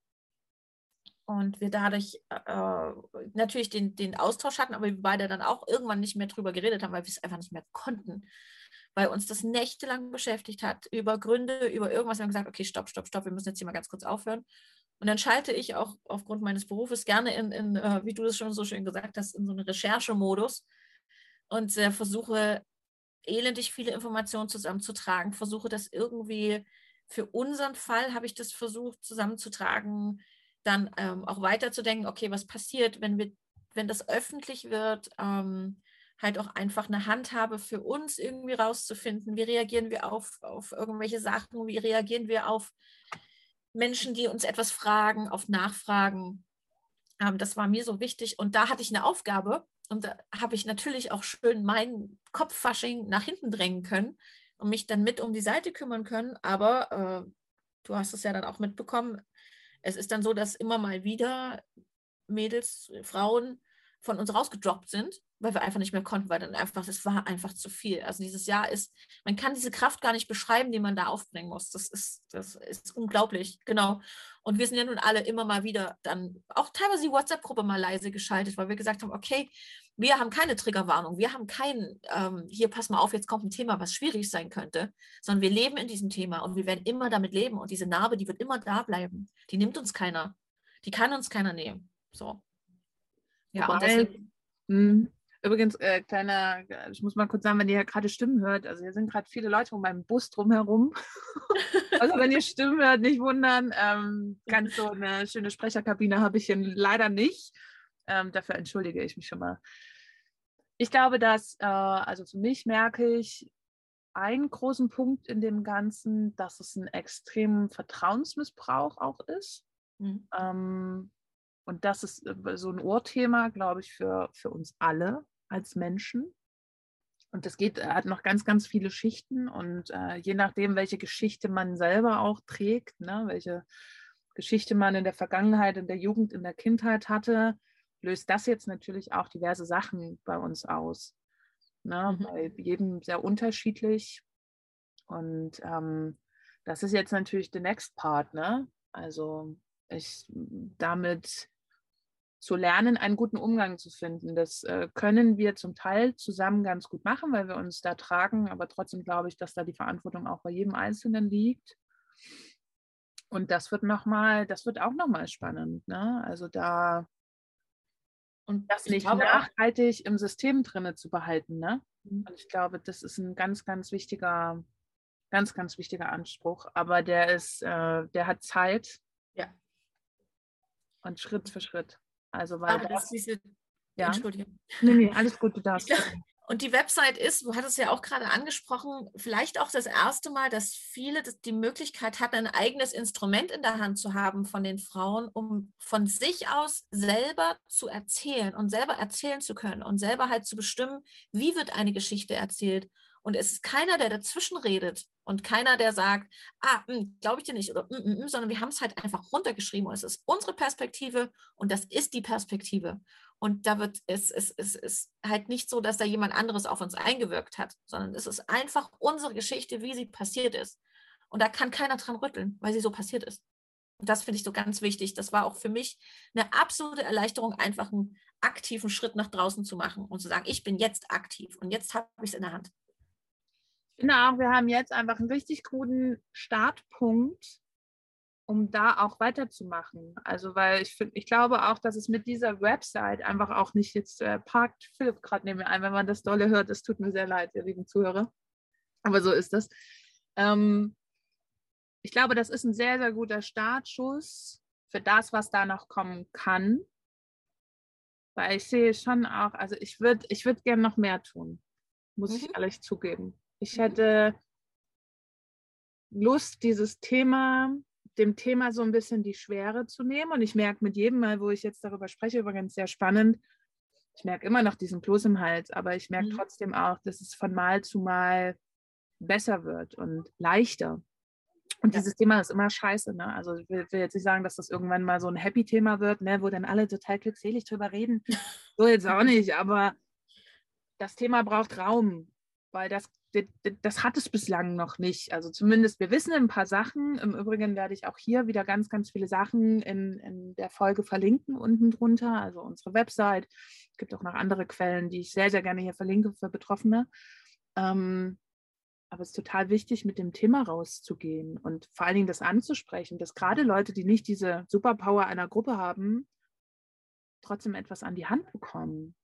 [SPEAKER 3] Und wir dadurch äh, natürlich den, den Austausch hatten, aber wir beide dann auch irgendwann nicht mehr drüber geredet haben, weil wir es einfach nicht mehr konnten. Weil uns das nächtelang beschäftigt hat, über Gründe, über irgendwas. Wir haben gesagt, okay, stopp, stopp, stopp, wir müssen jetzt hier mal ganz kurz aufhören. Und dann schalte ich auch aufgrund meines Berufes gerne in, in äh, wie du das schon so schön gesagt hast, in so einen Recherchemodus und äh, versuche, elendig viele Informationen zusammenzutragen, versuche das irgendwie, für unseren Fall habe ich das versucht zusammenzutragen, dann ähm, auch weiterzudenken, okay, was passiert, wenn wir, wenn das öffentlich wird, ähm, halt auch einfach eine Handhabe für uns irgendwie rauszufinden, wie reagieren wir auf, auf irgendwelche Sachen, wie reagieren wir auf Menschen, die uns etwas fragen, auf Nachfragen. Ähm, das war mir so wichtig und da hatte ich eine Aufgabe und da habe ich natürlich auch schön mein Kopffasching nach hinten drängen können und mich dann mit um die Seite kümmern können, aber äh, du hast es ja dann auch mitbekommen, es ist dann so, dass immer mal wieder Mädels, Frauen von uns rausgedroppt sind, weil wir einfach nicht mehr konnten, weil dann einfach, es war einfach zu viel. Also dieses Jahr ist, man kann diese Kraft gar nicht beschreiben, die man da aufbringen muss. Das ist, das ist unglaublich, genau. Und wir sind ja nun alle immer mal wieder dann auch teilweise die WhatsApp-Gruppe mal leise geschaltet, weil wir gesagt haben, okay, wir haben keine Triggerwarnung, wir haben keinen, ähm, hier, pass mal auf, jetzt kommt ein Thema, was schwierig sein könnte, sondern wir leben in diesem Thema und wir werden immer damit leben und diese Narbe, die wird immer da bleiben. Die nimmt uns keiner. Die kann uns keiner nehmen. So. Ja,
[SPEAKER 2] Wobei,
[SPEAKER 3] und deswegen.
[SPEAKER 2] mh, übrigens, äh, kleiner, ich muss mal kurz sagen, wenn ihr gerade Stimmen hört, also hier sind gerade viele Leute um meinen Bus drumherum. Also wenn ihr Stimmen hört, nicht wundern. Ähm, ganz so eine schöne Sprecherkabine habe ich hier leider nicht. Ähm, dafür entschuldige ich mich schon mal. Ich glaube, dass, äh, also für mich merke ich einen großen Punkt in dem Ganzen, dass es ein extremen Vertrauensmissbrauch auch ist.
[SPEAKER 3] Mhm.
[SPEAKER 2] Ähm, und das ist so ein Urthema, glaube ich, für, für uns alle als Menschen. Und das geht, hat noch ganz, ganz viele Schichten. Und äh, je nachdem, welche Geschichte man selber auch trägt, ne, welche Geschichte man in der Vergangenheit, in der Jugend, in der Kindheit hatte, löst das jetzt natürlich auch diverse Sachen bei uns aus. Ne,
[SPEAKER 3] Mhm.
[SPEAKER 2] bei jedem sehr unterschiedlich. Und ähm, das ist jetzt natürlich the next part. Ne? Also ich damit zu lernen, einen guten Umgang zu finden. Das äh, können wir zum Teil zusammen ganz gut machen, weil wir uns da tragen, aber trotzdem glaube ich, dass da die Verantwortung auch bei jedem Einzelnen liegt. Und das wird noch mal, das wird auch nochmal spannend. Ne? Also da
[SPEAKER 3] Und
[SPEAKER 2] das
[SPEAKER 3] ich
[SPEAKER 2] nicht
[SPEAKER 3] glaube auch,
[SPEAKER 2] nachhaltig im System drinne zu behalten. Ne?
[SPEAKER 3] Mhm.
[SPEAKER 2] Und ich glaube, das ist ein ganz, ganz wichtiger, ganz, ganz wichtiger Anspruch. Aber der ist, äh, der hat Zeit
[SPEAKER 3] ja,
[SPEAKER 2] und Schritt für Schritt. Also weil
[SPEAKER 3] aber dass
[SPEAKER 2] das,
[SPEAKER 3] diese,
[SPEAKER 2] ja,
[SPEAKER 3] Entschuldigung,
[SPEAKER 2] nee, nee, alles gut, du
[SPEAKER 3] ich
[SPEAKER 2] darfst.
[SPEAKER 3] glaube, Und die Website ist, du hattest ja auch gerade angesprochen, vielleicht auch das erste Mal, dass viele das, die Möglichkeit hatten, ein eigenes Instrument in der Hand zu haben von den Frauen, um von sich aus selber zu erzählen und selber erzählen zu können und selber halt zu bestimmen, wie wird eine Geschichte erzählt. Und es ist keiner, der dazwischen redet und keiner, der sagt, ah, glaube ich dir nicht, oder, mm, mm, sondern wir haben es halt einfach runtergeschrieben und es ist unsere Perspektive und das ist die Perspektive. Und da wird es, es, es ist halt nicht so, dass da jemand anderes auf uns eingewirkt hat, sondern es ist einfach unsere Geschichte, wie sie passiert ist. Und da kann keiner dran rütteln, weil sie so passiert ist. Und das finde ich so ganz wichtig. Das war auch für mich eine absolute Erleichterung, einfach einen aktiven Schritt nach draußen zu machen und zu sagen, ich bin jetzt aktiv und jetzt habe ich es in der Hand.
[SPEAKER 2] Ich finde auch, wir haben jetzt einfach einen richtig guten Startpunkt, um da auch weiterzumachen. Also, weil ich finde, ich glaube auch, dass es mit dieser Website einfach auch nicht jetzt äh, parkt Philipp gerade neben mir ein, wenn man das dolle hört. Es tut mir sehr leid, ihr lieben Zuhörer. Aber so ist das. Ähm, ich glaube, das ist ein sehr, sehr guter Startschuss für das, was da noch kommen kann. Weil ich sehe schon auch, also ich würde ich würd gerne noch mehr tun, muss mhm. ich ehrlich zugeben. Ich hätte Lust, dieses Thema, dem Thema so ein bisschen die Schwere zu nehmen. Und ich merke mit jedem Mal, wo ich jetzt darüber spreche, übrigens sehr spannend, ich merke immer noch diesen Kloß im Hals, aber ich merke mhm. trotzdem auch, dass es von Mal zu Mal besser wird und leichter. Und ja. dieses Thema ist immer scheiße. Ne? Also ich will, will jetzt nicht sagen, dass das irgendwann mal so ein Happy-Thema wird, ne? Wo dann alle total glückselig drüber reden. So jetzt auch nicht, aber das Thema braucht Raum, weil das das hat es bislang noch nicht. Also zumindest, wir wissen ein paar Sachen. Im Übrigen werde ich auch hier wieder ganz, ganz viele Sachen in, in der Folge verlinken unten drunter. Also unsere Website. Es gibt auch noch andere Quellen, die ich sehr, sehr gerne hier verlinke für Betroffene. Ähm, aber es ist total wichtig, mit dem Thema rauszugehen und vor allen Dingen das anzusprechen, dass gerade Leute, die nicht diese Superpower einer Gruppe haben, trotzdem etwas an die Hand bekommen.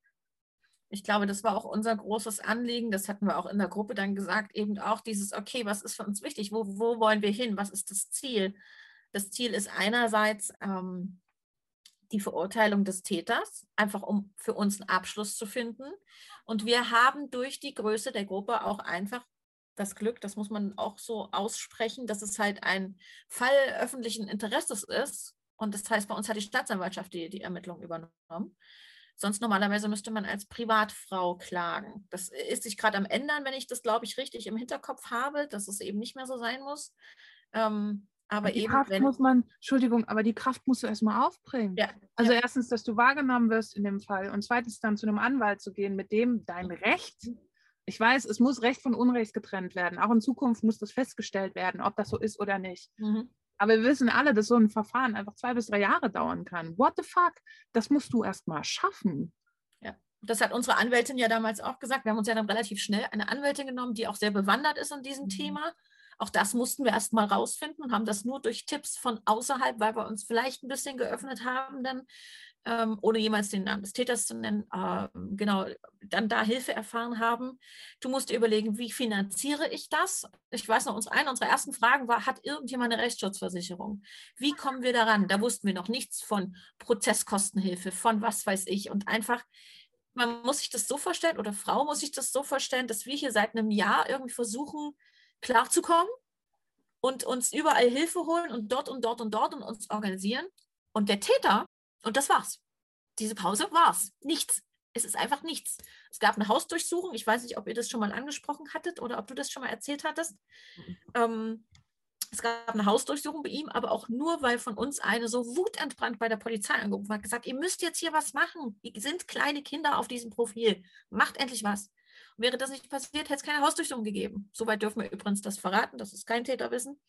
[SPEAKER 3] Ich glaube, das war auch unser großes Anliegen. Das hatten wir auch in der Gruppe dann gesagt, eben auch dieses, okay, was ist für uns wichtig? Wo, wo wollen wir hin? Was ist das Ziel? Das Ziel ist einerseits ähm, die Verurteilung des Täters, einfach um für uns einen Abschluss zu finden. Und wir haben durch die Größe der Gruppe auch einfach das Glück, das muss man auch so aussprechen, dass es halt ein Fall öffentlichen Interesses ist. Und das heißt, bei uns hat die Staatsanwaltschaft die, die Ermittlung übernommen. Sonst normalerweise müsste man als Privatfrau klagen. Das ist sich gerade am ändern, wenn ich das, glaube ich, richtig im Hinterkopf habe, dass es eben nicht mehr so sein muss. Ähm, aber
[SPEAKER 2] die
[SPEAKER 3] eben,
[SPEAKER 2] Kraft
[SPEAKER 3] wenn,
[SPEAKER 2] muss man, Entschuldigung, aber die Kraft musst du erstmal aufbringen.
[SPEAKER 3] Ja,
[SPEAKER 2] also
[SPEAKER 3] ja.
[SPEAKER 2] erstens, dass du wahrgenommen wirst in dem Fall und zweitens dann zu einem Anwalt zu gehen, mit dem dein Recht, ich weiß, es muss Recht von Unrecht getrennt werden. Auch in Zukunft muss das festgestellt werden, ob das so ist oder nicht.
[SPEAKER 3] Mhm.
[SPEAKER 2] Aber wir wissen alle, dass so ein Verfahren einfach zwei bis drei Jahre dauern kann. What the fuck? Das musst du erst mal schaffen.
[SPEAKER 3] Ja, das hat unsere Anwältin ja damals auch gesagt. Wir haben uns ja dann relativ schnell eine Anwältin genommen, die auch sehr bewandert ist in diesem mhm. Thema. Auch das mussten wir erst mal rausfinden und haben das nur durch Tipps von außerhalb, weil wir uns vielleicht ein bisschen geöffnet haben, dann, ähm, ohne jemals den Namen des Täters zu nennen, äh, genau, dann da Hilfe erfahren haben. Du musst dir überlegen, wie finanziere ich das? Ich weiß noch, unsere, eine unserer ersten Fragen war, hat irgendjemand eine Rechtsschutzversicherung? Wie kommen wir daran? Da wussten wir noch nichts von Prozesskostenhilfe, von was weiß ich. Und einfach, man muss sich das so vorstellen, oder Frau muss sich das so vorstellen, dass wir hier seit einem Jahr irgendwie versuchen, klarzukommen und uns überall Hilfe holen und dort und dort und dort und uns organisieren. Und der Täter, und das war's. Diese Pause war's. Nichts. Es ist einfach nichts. Es gab eine Hausdurchsuchung. Ich weiß nicht, ob ihr das schon mal angesprochen hattet oder ob du das schon mal erzählt hattest. Mhm. Ähm, es gab eine Hausdurchsuchung bei ihm, aber auch nur, weil von uns eine so wutentbrannt bei der Polizei angerufen hat, gesagt, ihr müsst jetzt hier was machen. Hier sind kleine Kinder auf diesem Profil. Macht endlich was. Wäre das nicht passiert, hätte es keine Hausdurchsuchung gegeben. Soweit dürfen wir übrigens das verraten, das ist kein Täterwissen.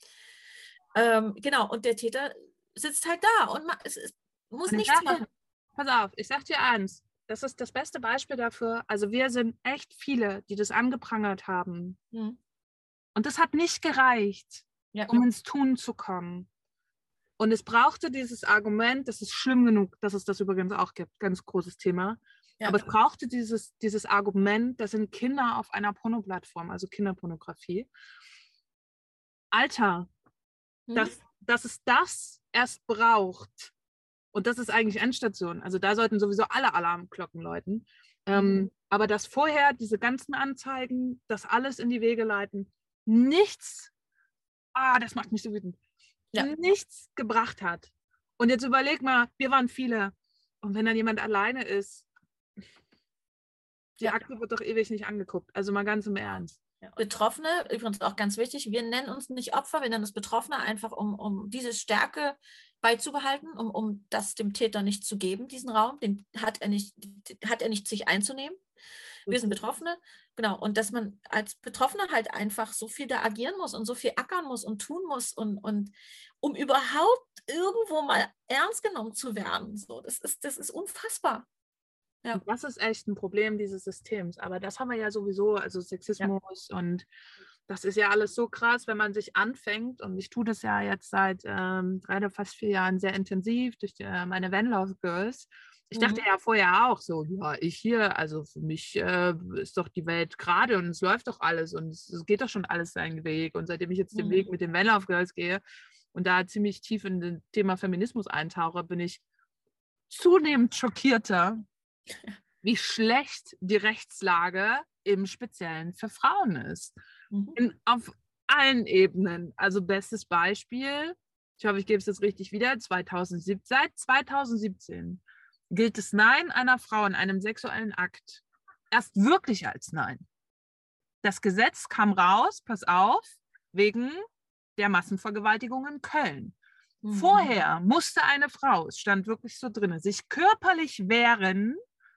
[SPEAKER 3] Ähm, genau, und der Täter sitzt halt da und es, es muss nichts
[SPEAKER 2] sag,
[SPEAKER 3] machen.
[SPEAKER 2] Pass auf, ich sag dir eins, das ist das beste Beispiel dafür. Also wir sind echt viele, die das angeprangert haben. Hm. Und das hat nicht gereicht, ja, um ins Tun zu kommen. Und es brauchte dieses Argument, das ist schlimm genug, dass es das übrigens auch gibt, ganz großes Thema. Ja. Aber es brauchte dieses, dieses Argument, das sind Kinder auf einer Pornoplattform, also Kinderpornografie. Alter, mhm. dass, dass es das erst braucht, Und das ist eigentlich Endstation. Also da sollten sowieso alle Alarmglocken läuten.
[SPEAKER 3] Mhm.
[SPEAKER 2] Ähm, aber dass vorher diese ganzen Anzeigen, das alles in die Wege leiten, nichts, ah, das macht mich so wütend,
[SPEAKER 3] Ja.
[SPEAKER 2] nichts gebracht hat. Und jetzt überleg mal, wir waren viele. Und wenn dann jemand alleine ist, die
[SPEAKER 3] Ja.
[SPEAKER 2] Akte wird doch ewig nicht angeguckt. Also mal ganz im Ernst.
[SPEAKER 3] Ja. Betroffene, übrigens auch ganz wichtig, wir nennen uns nicht Opfer, wir nennen uns Betroffene, einfach um, um diese Stärke beizubehalten, um, um das dem Täter nicht zu geben, diesen Raum, den hat er nicht, hat er nicht sich einzunehmen. Wir sind Betroffene, genau. Und dass man als Betroffener halt einfach so viel da agieren muss und so viel ackern muss und tun muss, und, und um überhaupt irgendwo mal ernst genommen zu werden. So, das ist, das ist unfassbar. Ja.
[SPEAKER 2] Und das ist echt ein Problem dieses Systems. Aber das haben wir ja sowieso, also Sexismus ja. Und das ist ja alles so krass, wenn man sich anfängt. Und ich tue das ja jetzt seit ähm, drei oder fast vier Jahren sehr intensiv durch die, äh, meine Van Love Girls. Ich mhm. dachte ja vorher auch so, ja, ich hier, also für mich äh, ist doch die Welt gerade und es läuft doch alles und es, es geht doch schon alles seinen Weg. Und seitdem ich jetzt den mhm. Weg mit den Van Love Girls gehe und da ziemlich tief in das Thema Feminismus eintauche, bin ich zunehmend schockierter, wie schlecht die Rechtslage im Speziellen für Frauen ist. Mhm. In, auf allen Ebenen. Also bestes Beispiel, ich hoffe, ich gebe es jetzt richtig wieder, zweitausendsiebzehn, seit zweitausendsiebzehn gilt das Nein einer Frau in einem sexuellen Akt erst wirklich als Nein. Das Gesetz kam raus, pass auf, wegen der Massenvergewaltigung in Köln. Mhm. Vorher musste eine Frau, es stand wirklich so drin, sich körperlich wehren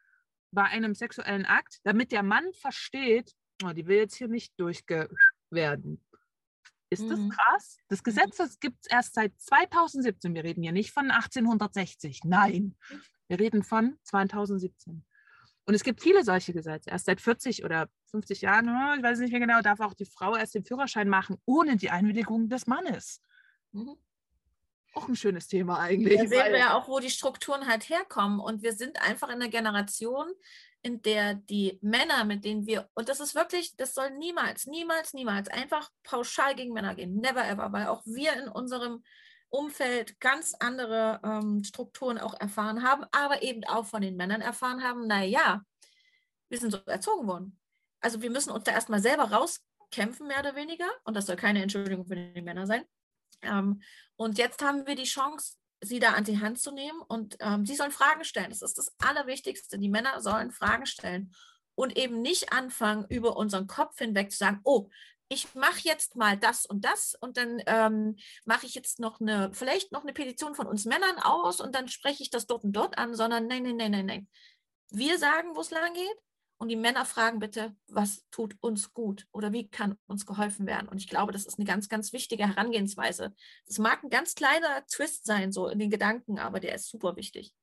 [SPEAKER 2] bei einem sexuellen Akt, damit der Mann versteht, oh, die will jetzt hier nicht durchge werden. Ist das krass? Das Gesetz gibt es erst seit zweitausendsiebzehn. Wir reden hier nicht von achtzehnhundertsechzig. Nein, wir reden von zweitausendsiebzehn. Und es gibt viele solche Gesetze. Erst seit vierzig oder fünfzig Jahren, ich weiß nicht mehr genau, darf auch die Frau erst den Führerschein machen, ohne die Einwilligung des Mannes. Mhm. Auch ein schönes Thema eigentlich.
[SPEAKER 3] Da sehen wir ja auch, wo die Strukturen halt herkommen. Und wir sind einfach in einer Generation, in der die Männer, mit denen wir, und das ist wirklich, das soll niemals, niemals, niemals einfach pauschal gegen Männer gehen. Never ever, weil auch wir in unserem Umfeld ganz andere ähm, Strukturen auch erfahren haben, aber eben auch von den Männern erfahren haben, naja, wir sind so erzogen worden. Also wir müssen uns da erstmal selber rauskämpfen, mehr oder weniger. Und das soll keine Entschuldigung für die Männer sein. Ähm, und jetzt haben wir die Chance, sie da an die Hand zu nehmen, und ähm, sie sollen Fragen stellen. Das ist das Allerwichtigste. Die Männer sollen Fragen stellen und eben nicht anfangen, über unseren Kopf hinweg zu sagen, oh, ich mache jetzt mal das und das und dann ähm, mache ich jetzt noch eine, vielleicht noch eine Petition von uns Männern aus und dann spreche ich das dort und dort an, sondern nein, nein, nein, nein, nein. Wir sagen, wo es lang geht. Und die Männer fragen bitte, was tut uns gut oder wie kann uns geholfen werden? Und ich glaube, das ist eine ganz, ganz wichtige Herangehensweise. Das mag ein ganz kleiner Twist sein, so in den Gedanken, aber der ist super wichtig.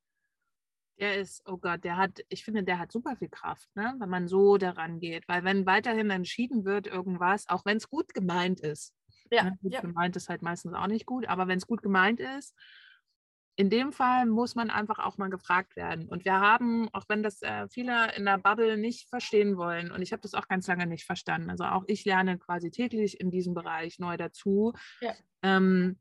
[SPEAKER 2] Der ist, oh Gott, der hat, ich finde, der hat super viel Kraft, ne? Wenn man so daran geht. Weil wenn weiterhin entschieden wird, irgendwas, auch wenn es gut gemeint ist,
[SPEAKER 3] ja,
[SPEAKER 2] ne? gut
[SPEAKER 3] ja.
[SPEAKER 2] gemeint ist halt meistens auch nicht gut, aber wenn es gut gemeint ist, in dem Fall muss man einfach auch mal gefragt werden. Und wir haben, auch wenn das äh, viele in der Bubble nicht verstehen wollen, und ich habe das auch ganz lange nicht verstanden, also auch ich lerne quasi täglich in diesem Bereich neu dazu.
[SPEAKER 3] Ja.
[SPEAKER 2] Ähm,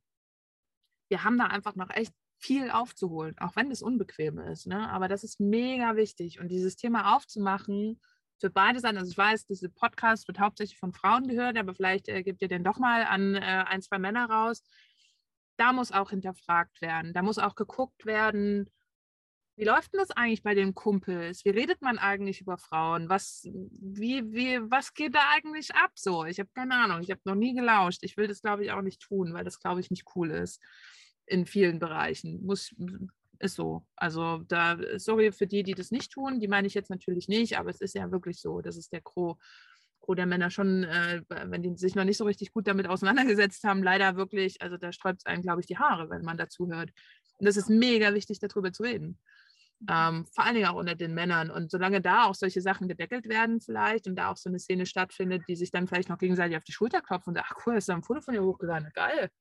[SPEAKER 2] wir haben da einfach noch echt viel aufzuholen, auch wenn es unbequem ist. Ne? Aber das ist mega wichtig. Und dieses Thema aufzumachen für beide Seiten, also ich weiß, dieser Podcast wird hauptsächlich von Frauen gehört, aber vielleicht äh, gebt ihr den doch mal an äh, ein, zwei Männer raus. Da muss auch hinterfragt werden. Da muss auch geguckt werden, wie läuft denn das eigentlich bei den Kumpels? Wie redet man eigentlich über Frauen? Was, wie, wie, was geht da eigentlich ab so? Ich habe keine Ahnung. Ich habe noch nie gelauscht. Ich will das, glaube ich, auch nicht tun, weil das, glaube ich, nicht cool ist in vielen Bereichen. Muss, ist so. Also da, sorry für die, die das nicht tun. Die meine ich jetzt natürlich nicht, aber es ist ja wirklich so. Das ist der Gros der Männer schon, äh, wenn die sich noch nicht so richtig gut damit auseinandergesetzt haben, leider wirklich, also da sträubt es einem, glaube ich, die Haare, wenn man dazu hört. Und das ist mega wichtig, darüber zu reden. Ähm, vor allen Dingen auch unter den Männern. Und solange da auch solche Sachen gedeckelt werden vielleicht und da auch so eine Szene stattfindet, die sich dann vielleicht noch gegenseitig auf die Schulter klopfen und sagen, ach cool, ist da ein Foto von dir hochgeladen, geil.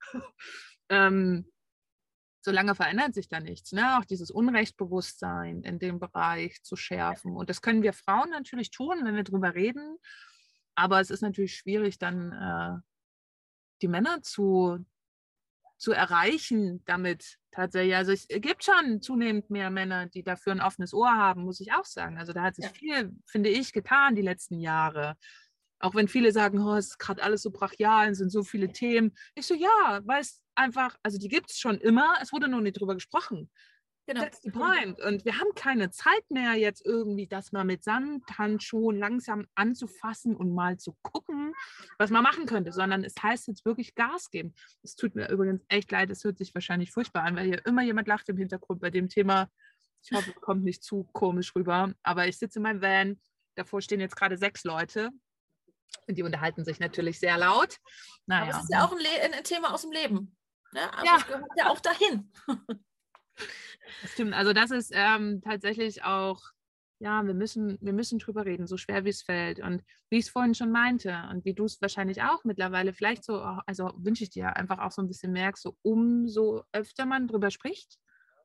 [SPEAKER 2] ähm, solange verändert sich da nichts. Ne? Auch dieses Unrechtsbewusstsein in dem Bereich zu schärfen. Und das können wir Frauen natürlich tun, wenn wir drüber reden. Aber es ist natürlich schwierig, dann äh, die Männer zu zu erreichen damit tatsächlich. Also es gibt schon zunehmend mehr Männer, die dafür ein offenes Ohr haben, muss ich auch sagen. Also da hat sich
[SPEAKER 3] Ja.
[SPEAKER 2] viel, finde ich, getan die letzten Jahre. Auch wenn viele sagen, oh, es ist gerade alles so brachial, es sind so viele Themen. Ich so, ja, weil es einfach, also die gibt es schon immer, es wurde noch nicht drüber gesprochen.
[SPEAKER 3] Genau.
[SPEAKER 2] That's the point. Und wir haben keine Zeit mehr, jetzt irgendwie das mal mit Samthandschuhen langsam anzufassen und mal zu gucken, was man machen könnte, sondern es heißt jetzt wirklich Gas geben. Es tut mir übrigens echt leid, es hört sich wahrscheinlich furchtbar an, weil hier immer jemand lacht im Hintergrund bei dem Thema. Ich hoffe, es kommt nicht zu komisch rüber, aber ich sitze in meinem Van, davor stehen jetzt gerade sechs Leute und die unterhalten sich natürlich sehr laut. Naja.
[SPEAKER 3] Aber es ist ja auch ein, Le ein Thema aus dem Leben. Ne? Also
[SPEAKER 2] ja.
[SPEAKER 3] es gehört ja auch dahin.
[SPEAKER 2] Das stimmt, also das ist ähm, tatsächlich auch, ja, wir müssen, wir müssen drüber reden, so schwer wie es fällt. Und wie ich es vorhin schon meinte und wie du es wahrscheinlich auch mittlerweile vielleicht so, also wünsche ich dir einfach auch so ein bisschen merkst, so umso öfter man drüber spricht,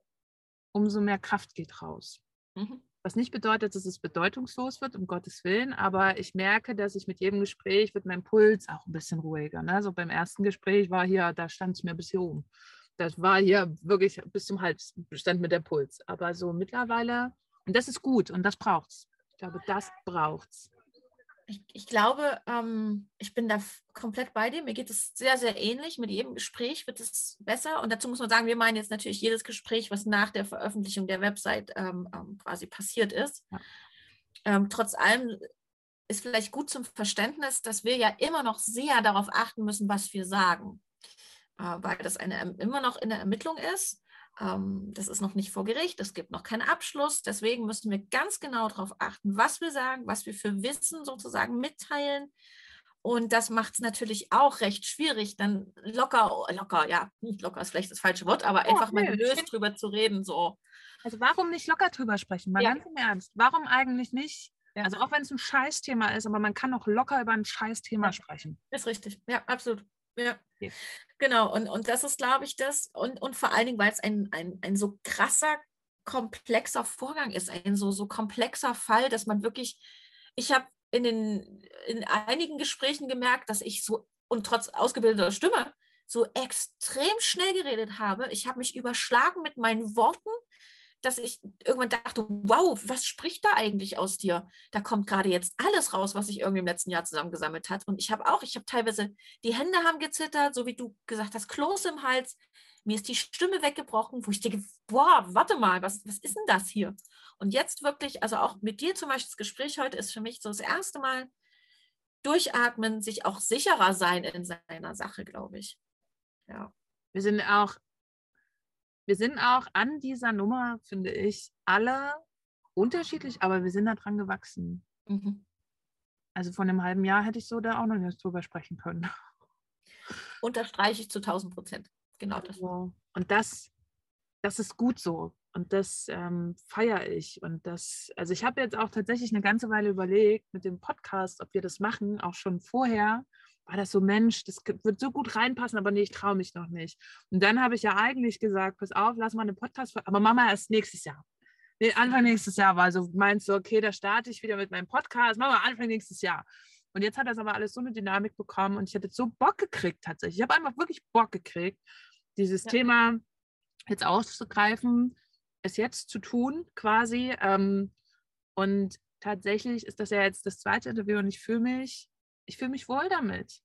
[SPEAKER 2] umso mehr Kraft geht raus.
[SPEAKER 3] Mhm.
[SPEAKER 2] Was nicht bedeutet, dass es bedeutungslos wird, um Gottes Willen, aber ich merke, dass ich mit jedem Gespräch wird mein Puls auch ein bisschen ruhiger. Ne? So beim ersten Gespräch war hier, da stand es mir bis hier oben. Das war hier wirklich bis zum Hals, stand mit der Puls. Aber so mittlerweile, und das ist gut und das braucht's. Ich glaube, das braucht's.
[SPEAKER 3] Ich, ich glaube, ähm, ich bin da komplett bei dir. Mir geht es sehr, sehr ähnlich. Mit jedem Gespräch wird es besser. Und dazu muss man sagen, wir meinen jetzt natürlich jedes Gespräch, was nach der Veröffentlichung der Website ähm, ähm, quasi passiert ist. Ja. Ähm, trotz allem ist vielleicht gut zum Verständnis, dass wir ja immer noch sehr darauf achten müssen, was wir sagen. Weil das eine, immer noch in der Ermittlung ist. Das ist noch nicht vor Gericht, es gibt noch keinen Abschluss. Deswegen müssen wir ganz genau darauf achten, was wir sagen, was wir für Wissen sozusagen mitteilen. Und das macht es natürlich auch recht schwierig, dann locker, locker, ja, nicht locker ist vielleicht das falsche Wort, aber oh, einfach nee, mal gelöst drüber zu reden. So.
[SPEAKER 2] Also warum nicht locker drüber sprechen? Mal ja. ganz im Ernst. Warum eigentlich nicht? Ja. Also auch wenn es ein Scheißthema ist, aber man kann auch locker über ein Scheißthema ja. sprechen.
[SPEAKER 3] Ist richtig, ja, absolut. Ja, okay. Genau. Und, und das ist, glaube ich, das. Und, und vor allen Dingen, weil es ein, ein, ein so krasser, komplexer Vorgang ist, ein so, so komplexer Fall, dass man wirklich, ich habe in, den, in einigen Gesprächen gemerkt, dass ich so, und trotz ausgebildeter Stimme, so extrem schnell geredet habe. Ich habe mich überschlagen mit meinen Worten, dass ich irgendwann dachte, wow, was spricht da eigentlich aus dir? Da kommt gerade jetzt alles raus, was ich irgendwie im letzten Jahr zusammengesammelt habe. Und ich habe auch, ich habe teilweise, die Hände haben gezittert, so wie du gesagt hast, Kloß im Hals. Mir ist die Stimme weggebrochen, wo ich denke, boah, warte mal, was, was ist denn das hier? Und jetzt wirklich, also auch mit dir zum Beispiel, das Gespräch heute ist für mich so das erste Mal durchatmen, sich auch sicherer sein in seiner Sache, glaube ich. Ja.
[SPEAKER 2] Wir sind auch Wir sind auch an dieser Nummer, finde ich, alle unterschiedlich, aber wir sind da dran gewachsen. Mhm. Also von einem halben Jahr hätte ich so da auch noch nicht drüber sprechen können.
[SPEAKER 3] Unterstreiche ich zu tausend Prozent. Genau das.
[SPEAKER 2] Also, und das, das ist gut so. Und das ähm, feiere ich. Und das, also ich habe jetzt auch tatsächlich eine ganze Weile überlegt mit dem Podcast, ob wir das machen, auch schon vorher. War das so, Mensch, das wird so gut reinpassen, aber nee, ich traue mich noch nicht. Und dann habe ich ja eigentlich gesagt, pass auf, lass mal einen Podcast, aber Mama erst nächstes Jahr. Nee, Anfang nächstes Jahr war so, meinst du, okay, da starte ich wieder mit meinem Podcast, machen wir Anfang nächstes Jahr. Und jetzt hat das aber alles so eine Dynamik bekommen und ich hätte so Bock gekriegt tatsächlich. Ich habe einfach wirklich Bock gekriegt, dieses ja. Thema jetzt auszugreifen, es jetzt zu tun quasi. Und tatsächlich ist das ja jetzt das zweite Interview und ich fühle mich Ich fühle mich wohl damit.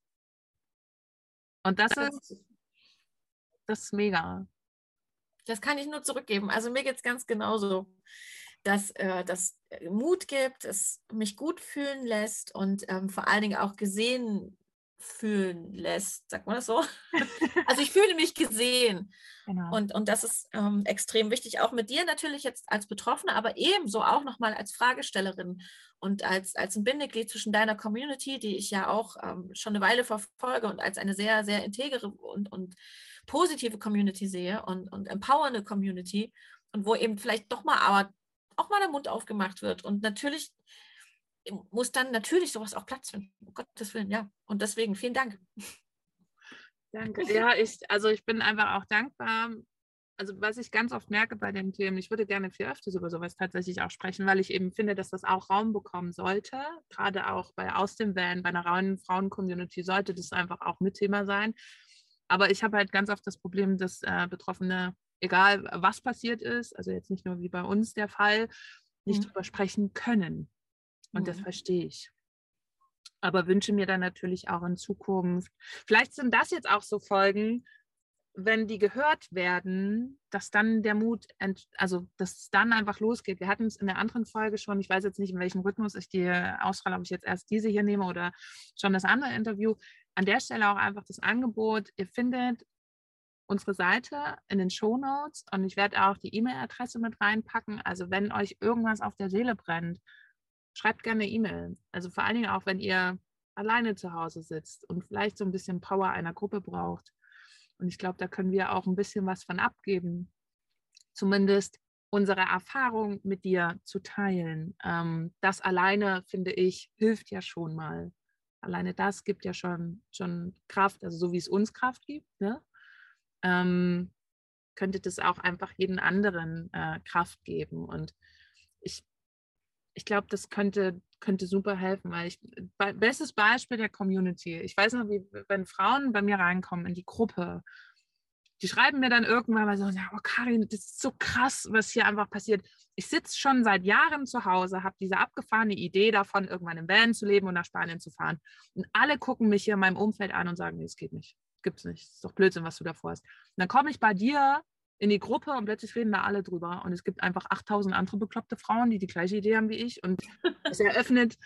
[SPEAKER 2] Und das ist, das ist mega.
[SPEAKER 3] Das kann ich nur zurückgeben. Also mir geht es ganz genauso, dass äh, das Mut gibt, es mich gut fühlen lässt und ähm, vor allen Dingen auch gesehen fühlen lässt. Sagt man das so? Also ich fühle mich gesehen. Genau. Und, und das ist ähm, extrem wichtig, auch mit dir natürlich jetzt als Betroffene, aber ebenso auch nochmal als Fragestellerin und als, als ein Bindeglied zwischen deiner Community, die ich ja auch ähm, schon eine Weile verfolge und als eine sehr, sehr integere und, und positive Community sehe und, und empowernde Community und wo eben vielleicht doch mal, aber auch mal der Mund aufgemacht wird. Und natürlich muss dann natürlich sowas auch Platz finden. Um Gottes Willen, ja. Und deswegen vielen Dank.
[SPEAKER 2] Danke. Ja, ich, also ich bin einfach auch dankbar. Also was ich ganz oft merke bei den Themen, ich würde gerne viel öfters über sowas tatsächlich auch sprechen, weil ich eben finde, dass das auch Raum bekommen sollte. Gerade auch bei Aus dem Van, bei einer reinen Frauen-Community sollte das einfach auch mit Thema sein. Aber ich habe halt ganz oft das Problem, dass äh, Betroffene, egal was passiert ist, also jetzt nicht nur wie bei uns der Fall, nicht
[SPEAKER 3] Mhm.
[SPEAKER 2] drüber sprechen können. Und das
[SPEAKER 3] Mhm.
[SPEAKER 2] verstehe ich. Aber wünsche mir dann natürlich auch in Zukunft, vielleicht sind das jetzt auch so Folgen, wenn die gehört werden, dass dann der Mut, ent, also dass es dann einfach losgeht. Wir hatten es in der anderen Folge schon, ich weiß jetzt nicht, in welchem Rhythmus ich die ausstrahle, ob ich jetzt erst diese hier nehme oder schon das andere Interview. An der Stelle auch einfach das Angebot, ihr findet unsere Seite in den Shownotes und ich werde auch die E-Mail-Adresse mit reinpacken. Also wenn euch irgendwas auf der Seele brennt, schreibt gerne E-Mail. Also vor allen Dingen auch, wenn ihr alleine zu Hause sitzt und vielleicht so ein bisschen Power einer Gruppe braucht. Und ich glaube, da können wir auch ein bisschen was von abgeben. Zumindest unsere Erfahrung mit dir zu teilen. Ähm, das alleine, finde ich, hilft ja schon mal. Alleine das gibt ja schon, schon Kraft, also so wie es uns Kraft gibt, ne? ähm, könnte das auch einfach jeden anderen äh, Kraft geben. Und ich, ich glaube, das könnte, könnte super helfen, weil ich, be bestes Beispiel der Community. Ich weiß noch, wie wenn Frauen bei mir reinkommen in die Gruppe, die schreiben mir dann irgendwann mal so, oh Karin, das ist so krass, was hier einfach passiert. Ich sitze schon seit Jahren zu Hause, habe diese abgefahrene Idee davon, irgendwann im Van zu leben und nach Spanien zu fahren. Und alle gucken mich hier in meinem Umfeld an und sagen, nee, es geht nicht. Gibt's nicht. Das ist doch Blödsinn, was du da vorhast. Und dann komme ich bei dir in die Gruppe und plötzlich reden da alle drüber. Und es gibt einfach achttausend andere bekloppte Frauen, die die gleiche Idee haben wie ich. Und das eröffnet,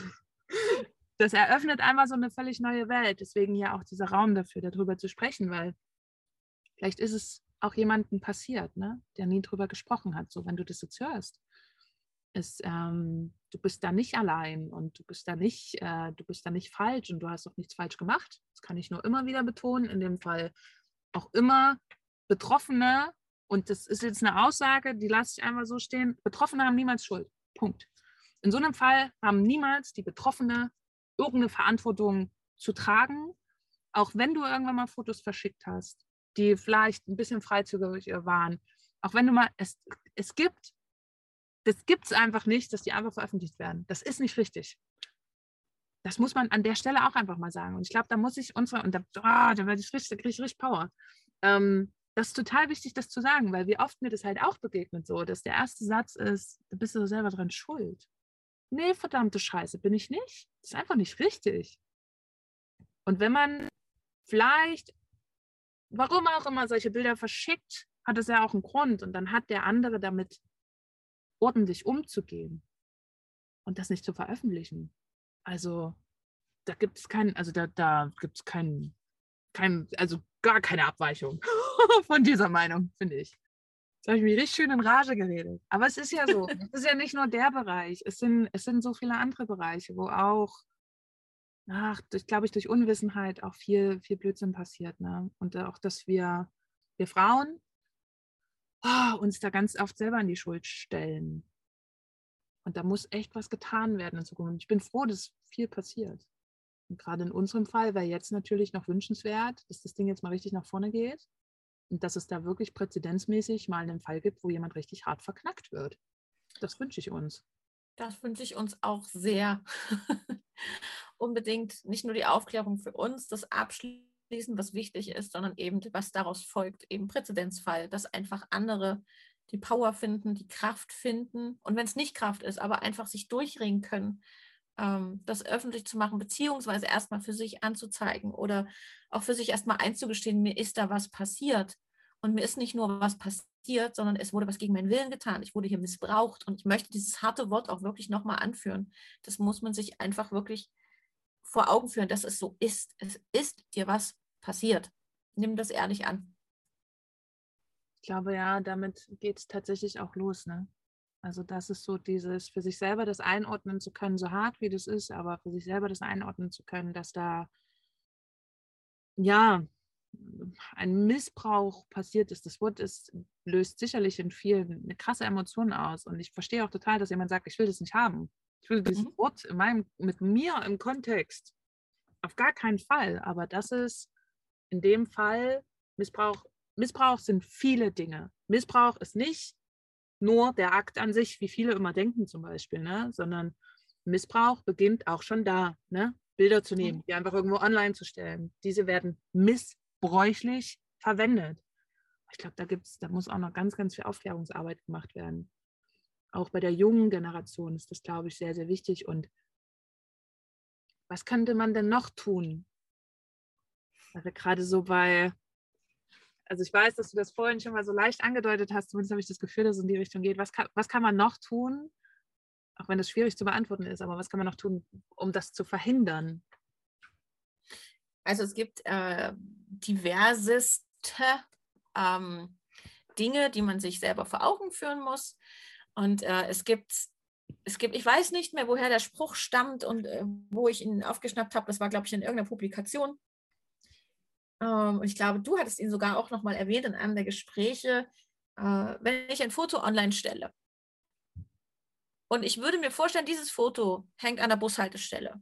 [SPEAKER 2] das eröffnet einfach so eine völlig neue Welt. Deswegen ja auch dieser Raum dafür, darüber zu sprechen, weil vielleicht ist es auch jemandem passiert, ne, der nie drüber gesprochen hat. So, wenn du das jetzt hörst, ist, ähm, du bist da nicht allein und du bist da nicht, äh, du bist da nicht falsch und du hast auch nichts falsch gemacht. Das kann ich nur immer wieder betonen. In dem Fall auch immer Betroffene, und das ist jetzt eine Aussage, die lasse ich einfach so stehen, Betroffene haben niemals Schuld. Punkt. In so einem Fall haben niemals die Betroffene irgendeine Verantwortung zu tragen, auch wenn du irgendwann mal Fotos verschickt hast, die vielleicht ein bisschen freizügig waren. Auch wenn du mal, es, es gibt, das gibt es einfach nicht, dass die einfach veröffentlicht werden. Das ist nicht richtig. Das muss man an der Stelle auch einfach mal sagen. Und ich glaube, da muss ich unsere, und da, oh, da werde ich richtig, richtig, richtig Power. Ähm, das ist total wichtig, das zu sagen, weil wie oft mir das halt auch begegnet so, dass der erste Satz ist, du bist doch selber dran schuld. Nee, verdammte Scheiße, bin ich nicht. Das ist einfach nicht richtig. Und wenn man vielleicht, warum auch immer, solche Bilder verschickt, hat es ja auch einen Grund. Und dann hat der andere damit ordentlich umzugehen und das nicht zu veröffentlichen. Also da gibt es keinen, also da, da gibt es keinen, kein, also gar keine Abweichung von dieser Meinung, finde ich. Jetzt habe ich mich richtig schön in Rage geredet. Aber es ist ja so, es ist ja nicht nur der Bereich, es sind, es sind so viele andere Bereiche, wo auch, ach, durch, glaube ich, durch Unwissenheit auch viel, viel Blödsinn passiert. Ne? Und auch, dass wir, wir Frauen oh, uns da ganz oft selber in die Schuld stellen. Und da muss echt was getan werden in Zukunft. Ich bin froh, dass viel passiert. Und gerade in unserem Fall wäre jetzt natürlich noch wünschenswert, dass das Ding jetzt mal richtig nach vorne geht und dass es da wirklich präzedenzmäßig mal einen Fall gibt, wo jemand richtig hart verknackt wird. Das wünsche ich uns.
[SPEAKER 3] Das wünsche ich uns auch sehr. Unbedingt nicht nur die Aufklärung für uns, das Abschließen, was wichtig ist, sondern eben, was daraus folgt, eben Präzedenzfall, dass einfach andere die Power finden, die Kraft finden und wenn es nicht Kraft ist, aber einfach sich durchringen können, ähm, das öffentlich zu machen, beziehungsweise erstmal für sich anzuzeigen oder auch für sich erstmal einzugestehen, mir ist da was passiert. Und mir ist nicht nur was passiert, sondern es wurde was gegen meinen Willen getan. Ich wurde hier missbraucht und ich möchte dieses harte Wort auch wirklich nochmal anführen. Das muss man sich einfach wirklich vor Augen führen, dass es so ist. Es ist dir was passiert. Nimm das ehrlich an.
[SPEAKER 2] Ich glaube ja, damit geht es tatsächlich auch los, ne? Also das ist so dieses, für sich selber das einordnen zu können, so hart wie das ist, aber für sich selber das einordnen zu können, dass da ja ein Missbrauch passiert ist. Das Wort ist, löst sicherlich in vielen eine krasse Emotion aus. Und ich verstehe auch total, dass jemand sagt, ich will das nicht haben. Ich will dieses
[SPEAKER 3] Mhm.
[SPEAKER 2] Wort in meinem, mit mir im Kontext. Auf gar keinen Fall. Aber das ist in dem Fall Missbrauch. Missbrauch sind viele Dinge. Missbrauch ist nicht nur der Akt an sich, wie viele immer denken zum Beispiel, ne? Sondern Missbrauch beginnt auch schon da, ne? Bilder zu nehmen, die einfach irgendwo online zu stellen. Diese werden missbraucht. missbräuchlich verwendet. Ich glaube, da gibt's, da muss auch noch ganz, ganz viel Aufklärungsarbeit gemacht werden. Auch bei der jungen Generation ist das, glaube ich, sehr, sehr wichtig. Und was könnte man denn noch tun? Weil wir gerade so bei, also ich weiß, dass du das vorhin schon mal so leicht angedeutet hast, zumindest habe ich das Gefühl, dass es in die Richtung geht. Was kann, was kann man noch tun, auch wenn das schwierig zu beantworten ist, aber was kann man noch tun, um das zu verhindern?
[SPEAKER 3] Also es gibt äh, diverseste ähm, Dinge, die man sich selber vor Augen führen muss. Und äh, es gibt, es gibt, ich weiß nicht mehr, woher der Spruch stammt und äh, wo ich ihn aufgeschnappt habe. Das war, glaube ich, in irgendeiner Publikation. Ähm, und ich glaube, du hattest ihn sogar auch nochmal erwähnt in einem der Gespräche, äh, wenn ich ein Foto online stelle. Und ich würde mir vorstellen, dieses Foto hängt an der Bushaltestelle.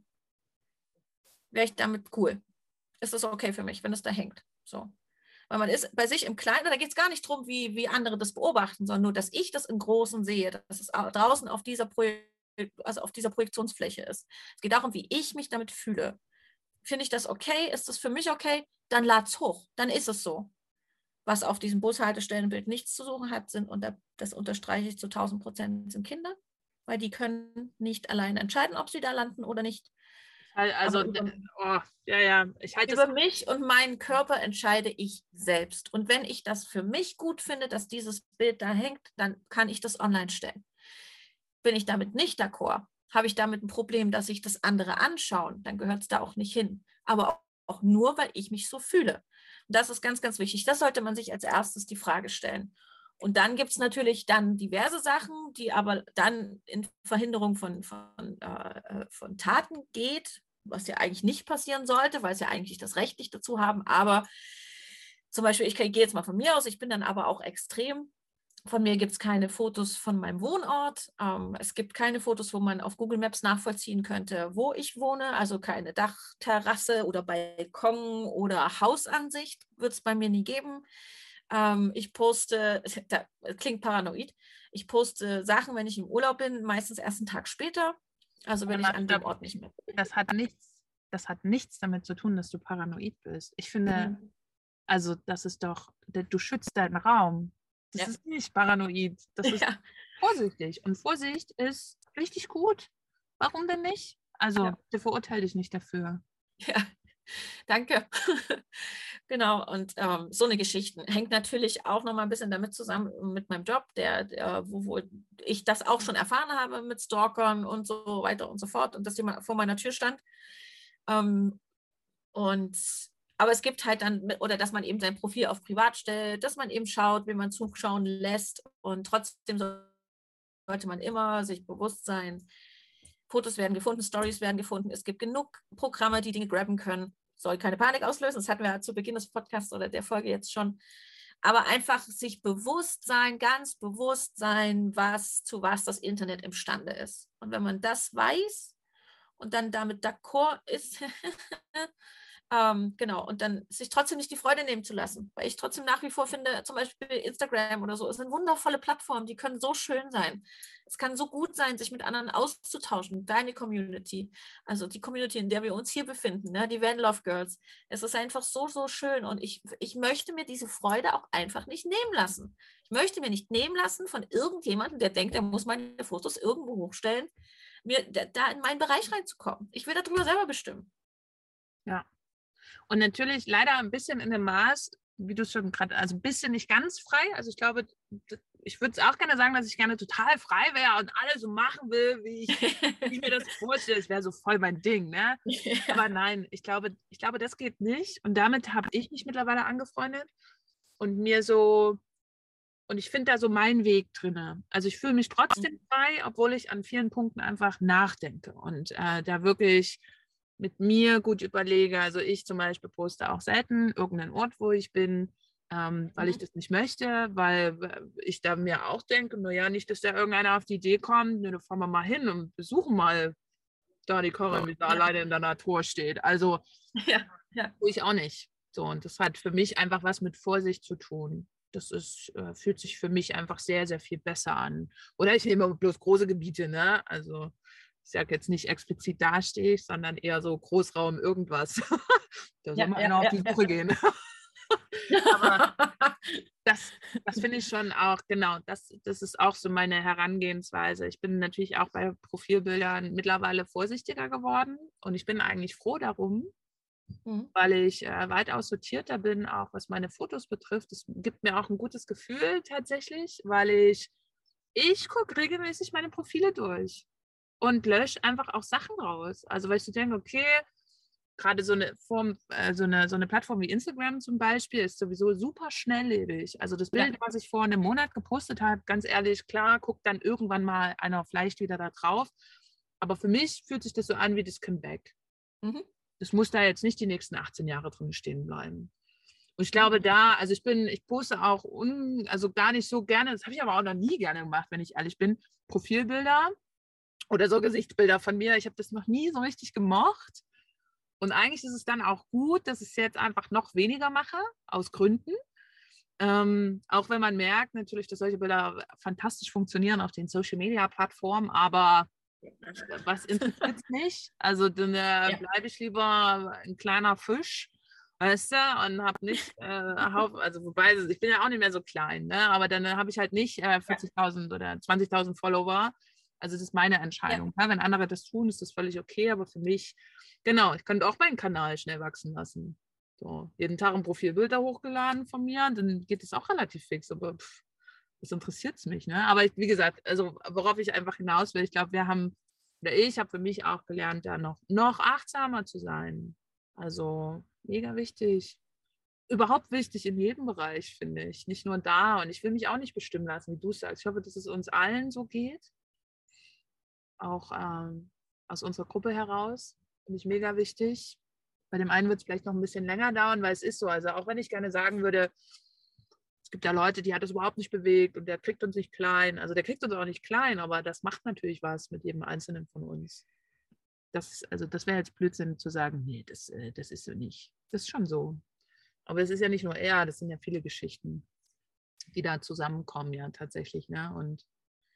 [SPEAKER 3] Wäre ich damit cool? Ist das okay für mich, wenn es da hängt? So. Weil man ist bei sich im Kleinen, da geht es gar nicht darum, wie, wie andere das beobachten, sondern nur, dass ich das im Großen sehe, dass es draußen auf dieser, Projek also auf dieser Projektionsfläche ist. Es geht darum, wie ich mich damit fühle. Finde ich das okay? Ist das für mich okay? Dann lad's hoch. Dann ist es so. Was auf diesem Bushaltestellenbild nichts zu suchen hat, sind, und das unterstreiche ich zu tausend Prozent, sind Kinder, weil die können nicht allein entscheiden, ob sie da landen oder nicht.
[SPEAKER 2] Also, über, oh, ja, ja. Ich halte
[SPEAKER 3] über mich und meinen Körper entscheide ich selbst. Und wenn ich das für mich gut finde, dass dieses Bild da hängt, dann kann ich das online stellen. Bin ich damit nicht d'accord, habe ich damit ein Problem, dass sich das andere anschauen, dann gehört es da auch nicht hin. Aber auch nur, weil ich mich so fühle. Und das ist ganz, ganz wichtig. Das sollte man sich als erstes die Frage stellen. Und dann gibt es natürlich dann diverse Sachen, die aber dann in Verhinderung von, von, äh, von Taten geht, was ja eigentlich nicht passieren sollte, weil es ja eigentlich das Recht nicht dazu haben. Aber zum Beispiel, ich gehe jetzt mal von mir aus, ich bin dann aber auch extrem. Von mir gibt es keine Fotos von meinem Wohnort. Ähm, es gibt keine Fotos, wo man auf Google Maps nachvollziehen könnte, wo ich wohne. Also keine Dachterrasse oder Balkon oder Hausansicht wird es bei mir nie geben. Ähm, ich poste, das klingt paranoid, ich poste Sachen, wenn ich im Urlaub bin, meistens erst einen Tag später. Also wenn ich an dem Ort nicht mehr bin.
[SPEAKER 2] Das hat nichts, das hat nichts damit zu tun, dass du paranoid bist. Ich finde, mhm. also das ist doch, du schützt deinen Raum. Das ja. ist nicht paranoid. Das ist ja. vorsichtig. Und Vorsicht ist richtig gut. Warum denn nicht? Also, ja. der verurteile dich nicht dafür.
[SPEAKER 3] Ja, danke. Genau, und ähm, so eine Geschichte hängt natürlich auch noch mal ein bisschen damit zusammen mit meinem Job, der, der wo, wo ich das auch schon erfahren habe mit Stalkern und so weiter und so fort und dass jemand vor meiner Tür stand. Ähm, und aber es gibt halt dann, oder dass man eben sein Profil auf privat stellt, dass man eben schaut, wie man zuschauen lässt und trotzdem sollte man immer sich bewusst sein, Fotos werden gefunden, Stories werden gefunden, es gibt genug Programme, die Dinge grabben können, soll keine Panik auslösen, das hatten wir zu Beginn des Podcasts oder der Folge jetzt schon, aber einfach sich bewusst sein, ganz bewusst sein, was, zu was das Internet imstande ist. Und wenn man das weiß und dann damit d'accord ist, Ähm, genau, und dann sich trotzdem nicht die Freude nehmen zu lassen, weil ich trotzdem nach wie vor finde, zum Beispiel Instagram oder so, es sind wundervolle Plattformen, die können so schön sein. Es kann so gut sein, sich mit anderen auszutauschen, deine Community, also die Community, in der wir uns hier befinden, ne, die Van Love Girls. Es ist einfach so, so schön und ich, ich möchte mir diese Freude auch einfach nicht nehmen lassen. Ich möchte mir nicht nehmen lassen von irgendjemandem, der denkt, er muss meine Fotos irgendwo hochstellen, mir da in meinen Bereich reinzukommen. Ich will darüber selber bestimmen.
[SPEAKER 2] Ja. Und natürlich leider ein bisschen in dem Maß, wie du es schon gerade, also ein bisschen nicht ganz frei. Also ich glaube, ich würde es auch gerne sagen, dass ich gerne total frei wäre und alles so machen will, wie ich, wie ich mir das vorstelle. Es wäre so voll mein Ding, ne? Ja. Aber nein, ich glaube, ich glaube, das geht nicht. Und damit habe ich mich mittlerweile angefreundet und mir so, und ich finde da so meinen Weg drin. Also ich fühle mich trotzdem frei, obwohl ich an vielen Punkten einfach nachdenke und äh, da wirklich mit mir gut überlege. Also ich zum Beispiel poste auch selten irgendeinen Ort, wo ich bin, ähm, weil mhm. ich das nicht möchte, weil ich da mir auch denke, naja, nicht, dass da irgendeiner auf die Idee kommt, ne, da fahren wir mal hin und besuchen mal da die Corinne, die da ja. alleine in der Natur steht. Also ja, ja. tue ich auch nicht. So, und das hat für mich einfach was mit Vorsicht zu tun. Das ist, äh, fühlt sich für mich einfach sehr, sehr viel besser an. Oder ich nehme bloß große Gebiete, ne? Also ich sage jetzt nicht explizit da stehe ich, sondern eher so Großraum irgendwas. Da soll ja, mal einer ja, auf die Suche ja. gehen. Aber das, das finde ich schon auch, genau, das, das ist auch so meine Herangehensweise. Ich bin natürlich auch bei Profilbildern mittlerweile vorsichtiger geworden und ich bin eigentlich froh darum, mhm. weil ich äh, weitaus sortierter bin, auch was meine Fotos betrifft. Es gibt mir auch ein gutes Gefühl tatsächlich, weil ich, ich gucke regelmäßig meine Profile durch und lösche einfach auch Sachen raus. Also weil ich so denke, okay, gerade so eine Form, äh, so, eine, so eine Plattform wie Instagram zum Beispiel ist sowieso super schnelllebig. Also das Bild, ja. was ich vor einem Monat gepostet habe, ganz ehrlich, klar, guckt dann irgendwann mal einer vielleicht wieder da drauf. Aber für mich fühlt sich das so an wie das Comeback. Mhm. Das muss da jetzt nicht die nächsten achtzehn Jahre drin stehen bleiben. Und ich glaube da, also ich bin, ich poste auch un, also gar nicht so gerne, das habe ich aber auch noch nie gerne gemacht, wenn ich ehrlich bin, Profilbilder oder so Gesichtsbilder von mir. Ich habe das noch nie so richtig gemocht. Und eigentlich ist es dann auch gut, dass ich es jetzt einfach noch weniger mache, aus Gründen. Ähm, auch wenn man merkt natürlich, dass solche Bilder fantastisch funktionieren auf den Social-Media-Plattformen, aber was interessiert es mich? Also dann äh, ja. bleibe ich lieber ein kleiner Fisch, weißt du, und habe nicht, äh, also wobei, ich bin ja auch nicht mehr so klein, ne? Aber dann äh, habe ich halt nicht äh, vierzigtausend ja. oder zwanzigtausend Follower. Also das ist meine Entscheidung. Ja. Ja, wenn andere das tun, ist das völlig okay, aber für mich, genau, ich könnte auch meinen Kanal schnell wachsen lassen. So, jeden Tag ein Profilbild hochgeladen von mir, dann geht es auch relativ fix, aber pff, das interessiert es mich. Ne? Aber ich, wie gesagt, also worauf ich einfach hinaus will, ich glaube, wir haben, oder ich habe für mich auch gelernt, da noch, noch achtsamer zu sein. Also mega wichtig. Überhaupt wichtig in jedem Bereich, finde ich. Nicht nur da. Und ich will mich auch nicht bestimmen lassen, wie du sagst. Ich hoffe, dass es uns allen so geht. Auch ähm, aus unserer Gruppe heraus. Finde ich mega wichtig. Bei dem einen wird es vielleicht noch ein bisschen länger dauern, weil es ist so. Also auch wenn ich gerne sagen würde, es gibt ja Leute, die hat es überhaupt nicht bewegt und der kriegt uns nicht klein. Also der kriegt uns auch nicht klein, aber das macht natürlich was mit jedem Einzelnen von uns. Das, also das wäre jetzt Blödsinn zu sagen, nee, das, äh, das ist so nicht. Das ist schon so. Aber es ist ja nicht nur er, das sind ja viele Geschichten, die da zusammenkommen, ja tatsächlich. Ne? Und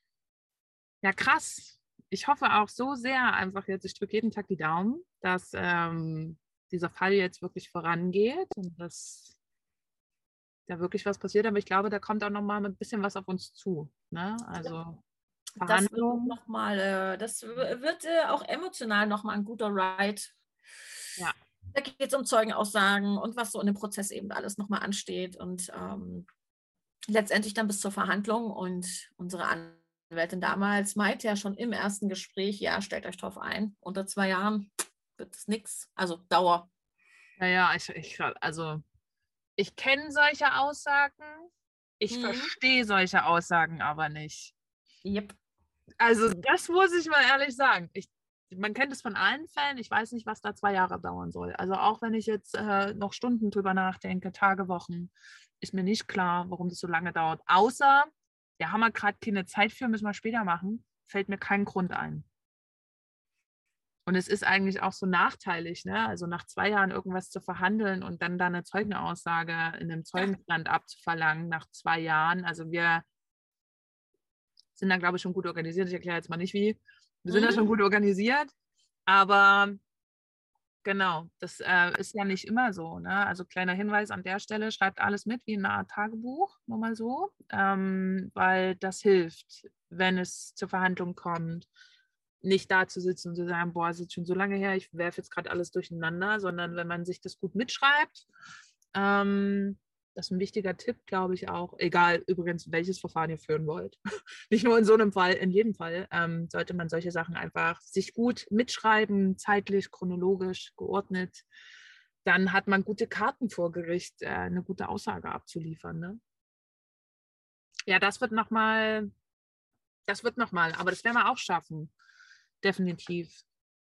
[SPEAKER 2] ja, krass. Ich hoffe auch so sehr einfach jetzt, ich drücke jeden Tag die Daumen, dass ähm, dieser Fall jetzt wirklich vorangeht und dass da wirklich was passiert. Aber ich glaube, da kommt auch noch mal ein bisschen was auf uns zu. Ne? Also
[SPEAKER 3] ja. Verhandlungen. Das wird, noch mal, äh, das wird äh, auch emotional nochmal ein guter Ride.
[SPEAKER 2] Ja.
[SPEAKER 3] Da geht es um Zeugenaussagen und was so in dem Prozess eben alles nochmal ansteht. Und ähm, letztendlich dann bis zur Verhandlung. Und unsere Anwältin damals meinte ja schon im ersten Gespräch, ja, stellt euch drauf ein, unter zwei Jahren wird es nichts. Also Dauer.
[SPEAKER 2] Naja, ich, ich, also ich kenne solche Aussagen, ich hm. verstehe solche Aussagen aber nicht.
[SPEAKER 3] Yep.
[SPEAKER 2] Also das muss ich mal ehrlich sagen. Ich, man kennt es von allen Fällen, ich weiß nicht, was da zwei Jahre dauern soll. Also auch wenn ich jetzt äh, noch Stunden drüber nachdenke, Tage, Wochen, ist mir nicht klar, warum das so lange dauert. Außer, wir haben wir gerade keine Zeit für, müssen wir später machen, fällt mir kein Grund ein. Und es ist eigentlich auch so nachteilig, ne? Also nach zwei Jahren irgendwas zu verhandeln und dann da eine Zeugenaussage in einem Zeugenstand abzuverlangen nach zwei Jahren. Also wir sind da, glaube ich, schon gut organisiert. Ich erkläre jetzt mal nicht wie. Wir sind mhm. da schon gut organisiert, aber genau, das äh, ist ja nicht immer so. Ne? Also kleiner Hinweis an der Stelle, schreibt alles mit wie eine Art Tagebuch, nur mal so, ähm, weil das hilft, wenn es zur Verhandlung kommt, nicht da zu sitzen und zu sagen, boah, es ist schon so lange her, ich werfe jetzt gerade alles durcheinander, sondern wenn man sich das gut mitschreibt, ähm, das ist ein wichtiger Tipp, glaube ich auch, egal übrigens, welches Verfahren ihr führen wollt. Nicht nur in so einem Fall, in jedem Fall ähm, sollte man solche Sachen einfach sich gut mitschreiben, zeitlich, chronologisch, geordnet. Dann hat man gute Karten vor Gericht, äh, eine gute Aussage abzuliefern. Ne? Ja, das wird nochmal, das wird nochmal, aber das werden wir auch schaffen. Definitiv.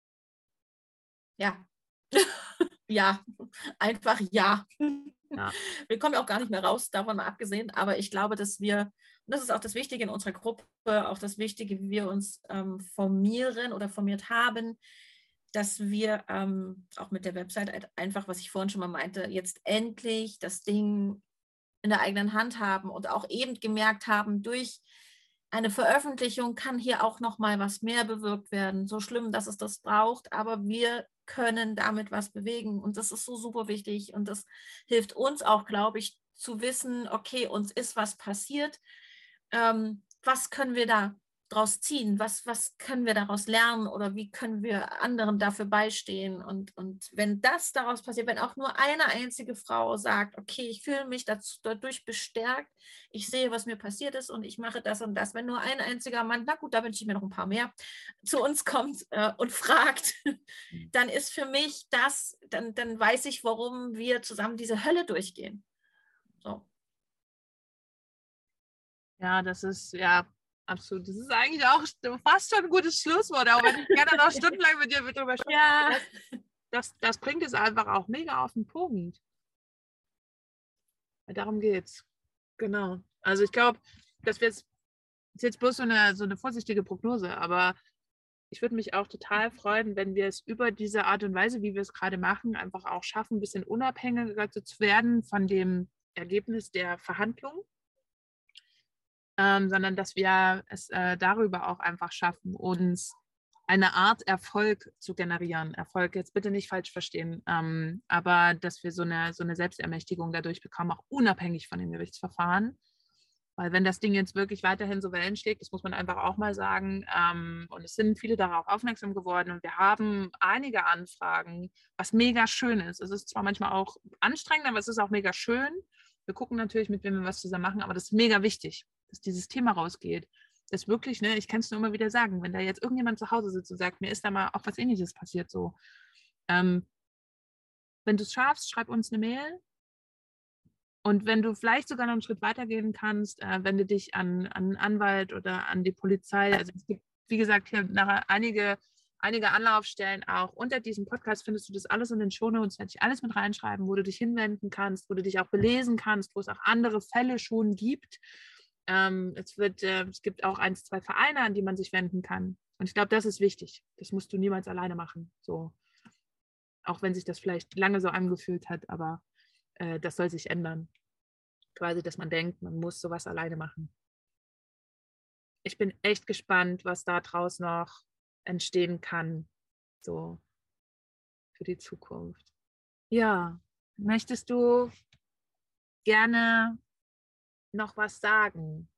[SPEAKER 3] Ja. Ja, einfach ja. Ja. Wir kommen auch gar nicht mehr raus, davon mal abgesehen, aber ich glaube, dass wir, und das ist auch das Wichtige in unserer Gruppe, auch das Wichtige, wie wir uns ähm, formieren oder formiert haben, dass wir ähm, auch mit der Website einfach, was ich vorhin schon mal meinte, jetzt endlich das Ding in der eigenen Hand haben und auch eben gemerkt haben, durch eine Veröffentlichung kann hier auch noch mal was mehr bewirkt werden. So schlimm, dass es das braucht, aber wir können damit was bewegen und das ist so super wichtig und das hilft uns auch, glaube ich, zu wissen, okay, uns ist was passiert, ähm, was können wir da draus ziehen, was, was können wir daraus lernen oder wie können wir anderen dafür beistehen und, und wenn das daraus passiert, wenn auch nur eine einzige Frau sagt, okay, ich fühle mich dazu, dadurch bestärkt, ich sehe, was mir passiert ist und ich mache das und das, wenn nur ein einziger Mann, na gut, da wünsche ich mir noch ein paar mehr, zu uns kommt äh, und fragt, dann ist für mich das, dann, dann weiß ich, warum wir zusammen diese Hölle durchgehen. So.
[SPEAKER 2] Ja, das ist, ja, absolut. Das ist eigentlich auch fast schon ein gutes Schlusswort, auch wenn ich gerne noch stundenlang mit dir darüber spreche.
[SPEAKER 3] Ja.
[SPEAKER 2] Das, das, das bringt es einfach auch mega auf den Punkt. Darum geht's. Genau. Also ich glaube, das wird ist jetzt bloß so eine, so eine vorsichtige Prognose, aber ich würde mich auch total freuen, wenn wir es über diese Art und Weise, wie wir es gerade machen, einfach auch schaffen, ein bisschen unabhängiger zu werden von dem Ergebnis der Verhandlung. Ähm, sondern dass wir es äh, darüber auch einfach schaffen, uns eine Art Erfolg zu generieren. Erfolg jetzt bitte nicht falsch verstehen, ähm, aber dass wir so eine, so eine Selbstermächtigung dadurch bekommen, auch unabhängig von den Gerichtsverfahren. Weil wenn das Ding jetzt wirklich weiterhin so Wellen schlägt, das muss man einfach auch mal sagen, ähm, und es sind viele darauf aufmerksam geworden und wir haben einige Anfragen, was mega schön ist. Es ist zwar manchmal auch anstrengend, aber es ist auch mega schön. Wir gucken natürlich, mit wem wir was zusammen machen, aber das ist mega wichtig, dass dieses Thema rausgeht. Das wirklich, ne, ich kann es nur immer wieder sagen, wenn da jetzt irgendjemand zu Hause sitzt und sagt, mir ist da mal auch was Ähnliches passiert, so. Ähm, wenn du es schaffst, schreib uns eine Mail. Und wenn du vielleicht sogar noch einen Schritt weitergehen kannst, äh, wende dich an, an einen Anwalt oder an die Polizei. Also es gibt, wie gesagt, hier nachher einige, einige Anlaufstellen auch. Unter diesem Podcast findest du das alles in den Shownotes, werde ich alles mit reinschreiben, wo du dich hinwenden kannst, wo du dich auch belesen kannst, wo es auch andere Fälle schon gibt. Ähm, es, wird, äh, es gibt auch ein, zwei Vereine, an die man sich wenden kann. Und ich glaube, das ist wichtig. Das musst du niemals alleine machen. So. Auch wenn sich das vielleicht lange so angefühlt hat, aber äh, das soll sich ändern. Quasi, dass man denkt, man muss sowas alleine machen. Ich bin echt gespannt, was da draus noch entstehen kann, so für die Zukunft. Ja, möchtest du gerne noch was sagen?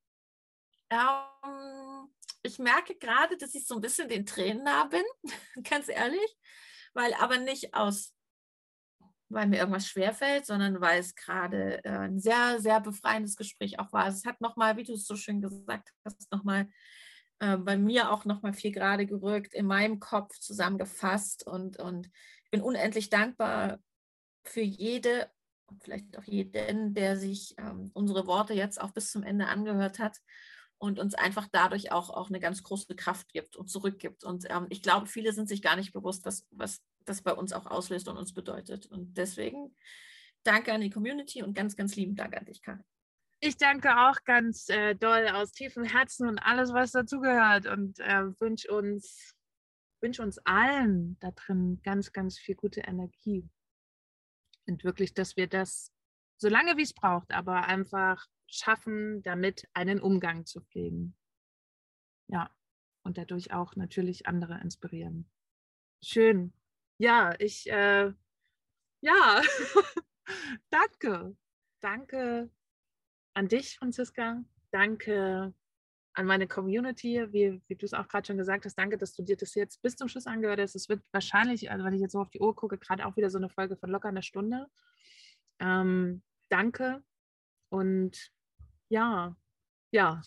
[SPEAKER 3] Ähm, ich merke gerade, dass ich so ein bisschen den Tränen nah bin, ganz ehrlich, weil aber nicht aus, weil mir irgendwas schwerfällt, sondern weil es gerade äh, ein sehr, sehr befreiendes Gespräch auch war. Es hat nochmal, wie du es so schön gesagt hast, nochmal äh, bei mir auch nochmal viel gerade gerückt, in meinem Kopf zusammengefasst und, und ich bin unendlich dankbar für jede und vielleicht auch jeden, der sich ähm, unsere Worte jetzt auch bis zum Ende angehört hat und uns einfach dadurch auch, auch eine ganz große Kraft gibt und zurückgibt. Und ähm, ich glaube, viele sind sich gar nicht bewusst, was, was das bei uns auch auslöst und uns bedeutet. Und deswegen danke an die Community und ganz, ganz lieben Dank an dich, Karin.
[SPEAKER 2] Ich danke auch ganz äh, doll aus tiefem Herzen und alles, was dazugehört und äh, wünsche uns, wünsch uns allen da drin ganz, ganz viel gute Energie. Und wirklich, dass wir das, so lange wie es braucht, aber einfach schaffen, damit einen Umgang zu pflegen. Ja, und dadurch auch natürlich andere inspirieren. Schön. Ja, ich, äh, ja, danke. Danke an dich, Franziska. Danke an meine Community, wie, wie du es auch gerade schon gesagt hast. Danke, dass du dir das jetzt bis zum Schluss angehört hast. Es wird wahrscheinlich, also wenn ich jetzt so auf die Uhr gucke, gerade auch wieder so eine Folge von locker einer Stunde. Ähm, danke und ja, ja.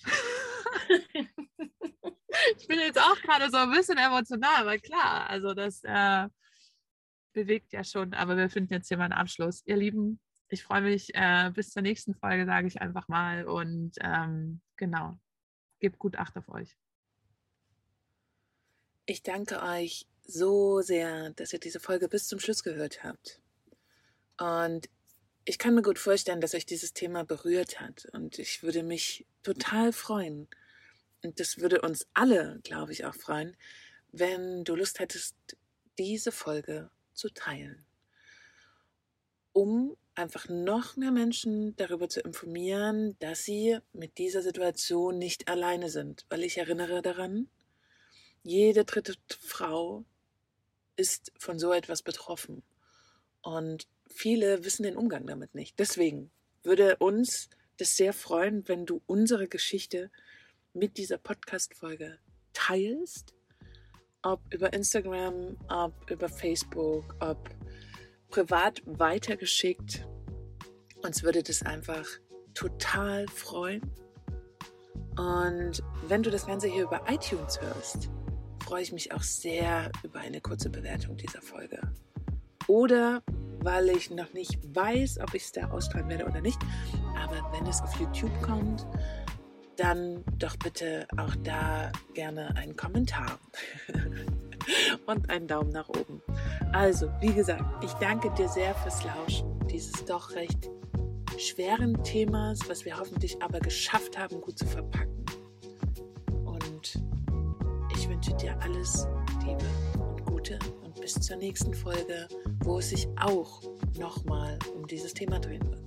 [SPEAKER 2] Ich bin jetzt auch gerade so ein bisschen emotional, aber klar, also das äh, bewegt ja schon, aber wir finden jetzt hier mal einen Abschluss. Ihr Lieben, ich freue mich äh, bis zur nächsten Folge, sage ich einfach mal und ähm, genau, gebt gut Acht auf euch.
[SPEAKER 1] Ich danke euch so sehr, dass ihr diese Folge bis zum Schluss gehört habt. Und ich kann mir gut vorstellen, dass euch dieses Thema berührt hat. Und ich würde mich total freuen, und das würde uns alle, glaube ich, auch freuen, wenn du Lust hättest, diese Folge zu teilen, um einfach noch mehr Menschen darüber zu informieren, dass sie mit dieser Situation nicht alleine sind. Weil ich erinnere daran, jede dritte Frau ist von so etwas betroffen. Und viele wissen den Umgang damit nicht. Deswegen würde uns das sehr freuen, wenn du unsere Geschichte mit dieser Podcast-Folge teilst. Ob über Instagram, ob über Facebook, ob privat weitergeschickt. Uns würde das einfach total freuen. Und wenn du das Ganze hier über iTunes hörst, freue ich mich auch sehr über eine kurze Bewertung dieser Folge. Oder weil ich noch nicht weiß, ob ich es da austrahlen werde oder nicht, aber wenn es auf YouTube kommt, dann doch bitte auch da gerne einen Kommentar und einen Daumen nach oben. Also, wie gesagt, ich danke dir sehr fürs Lauschen dieses doch recht schweren Themas, was wir hoffentlich aber geschafft haben, gut zu verpacken. Und ich wünsche dir alles Liebe und Gute und bis zur nächsten Folge, wo es sich auch nochmal um dieses Thema drehen wird.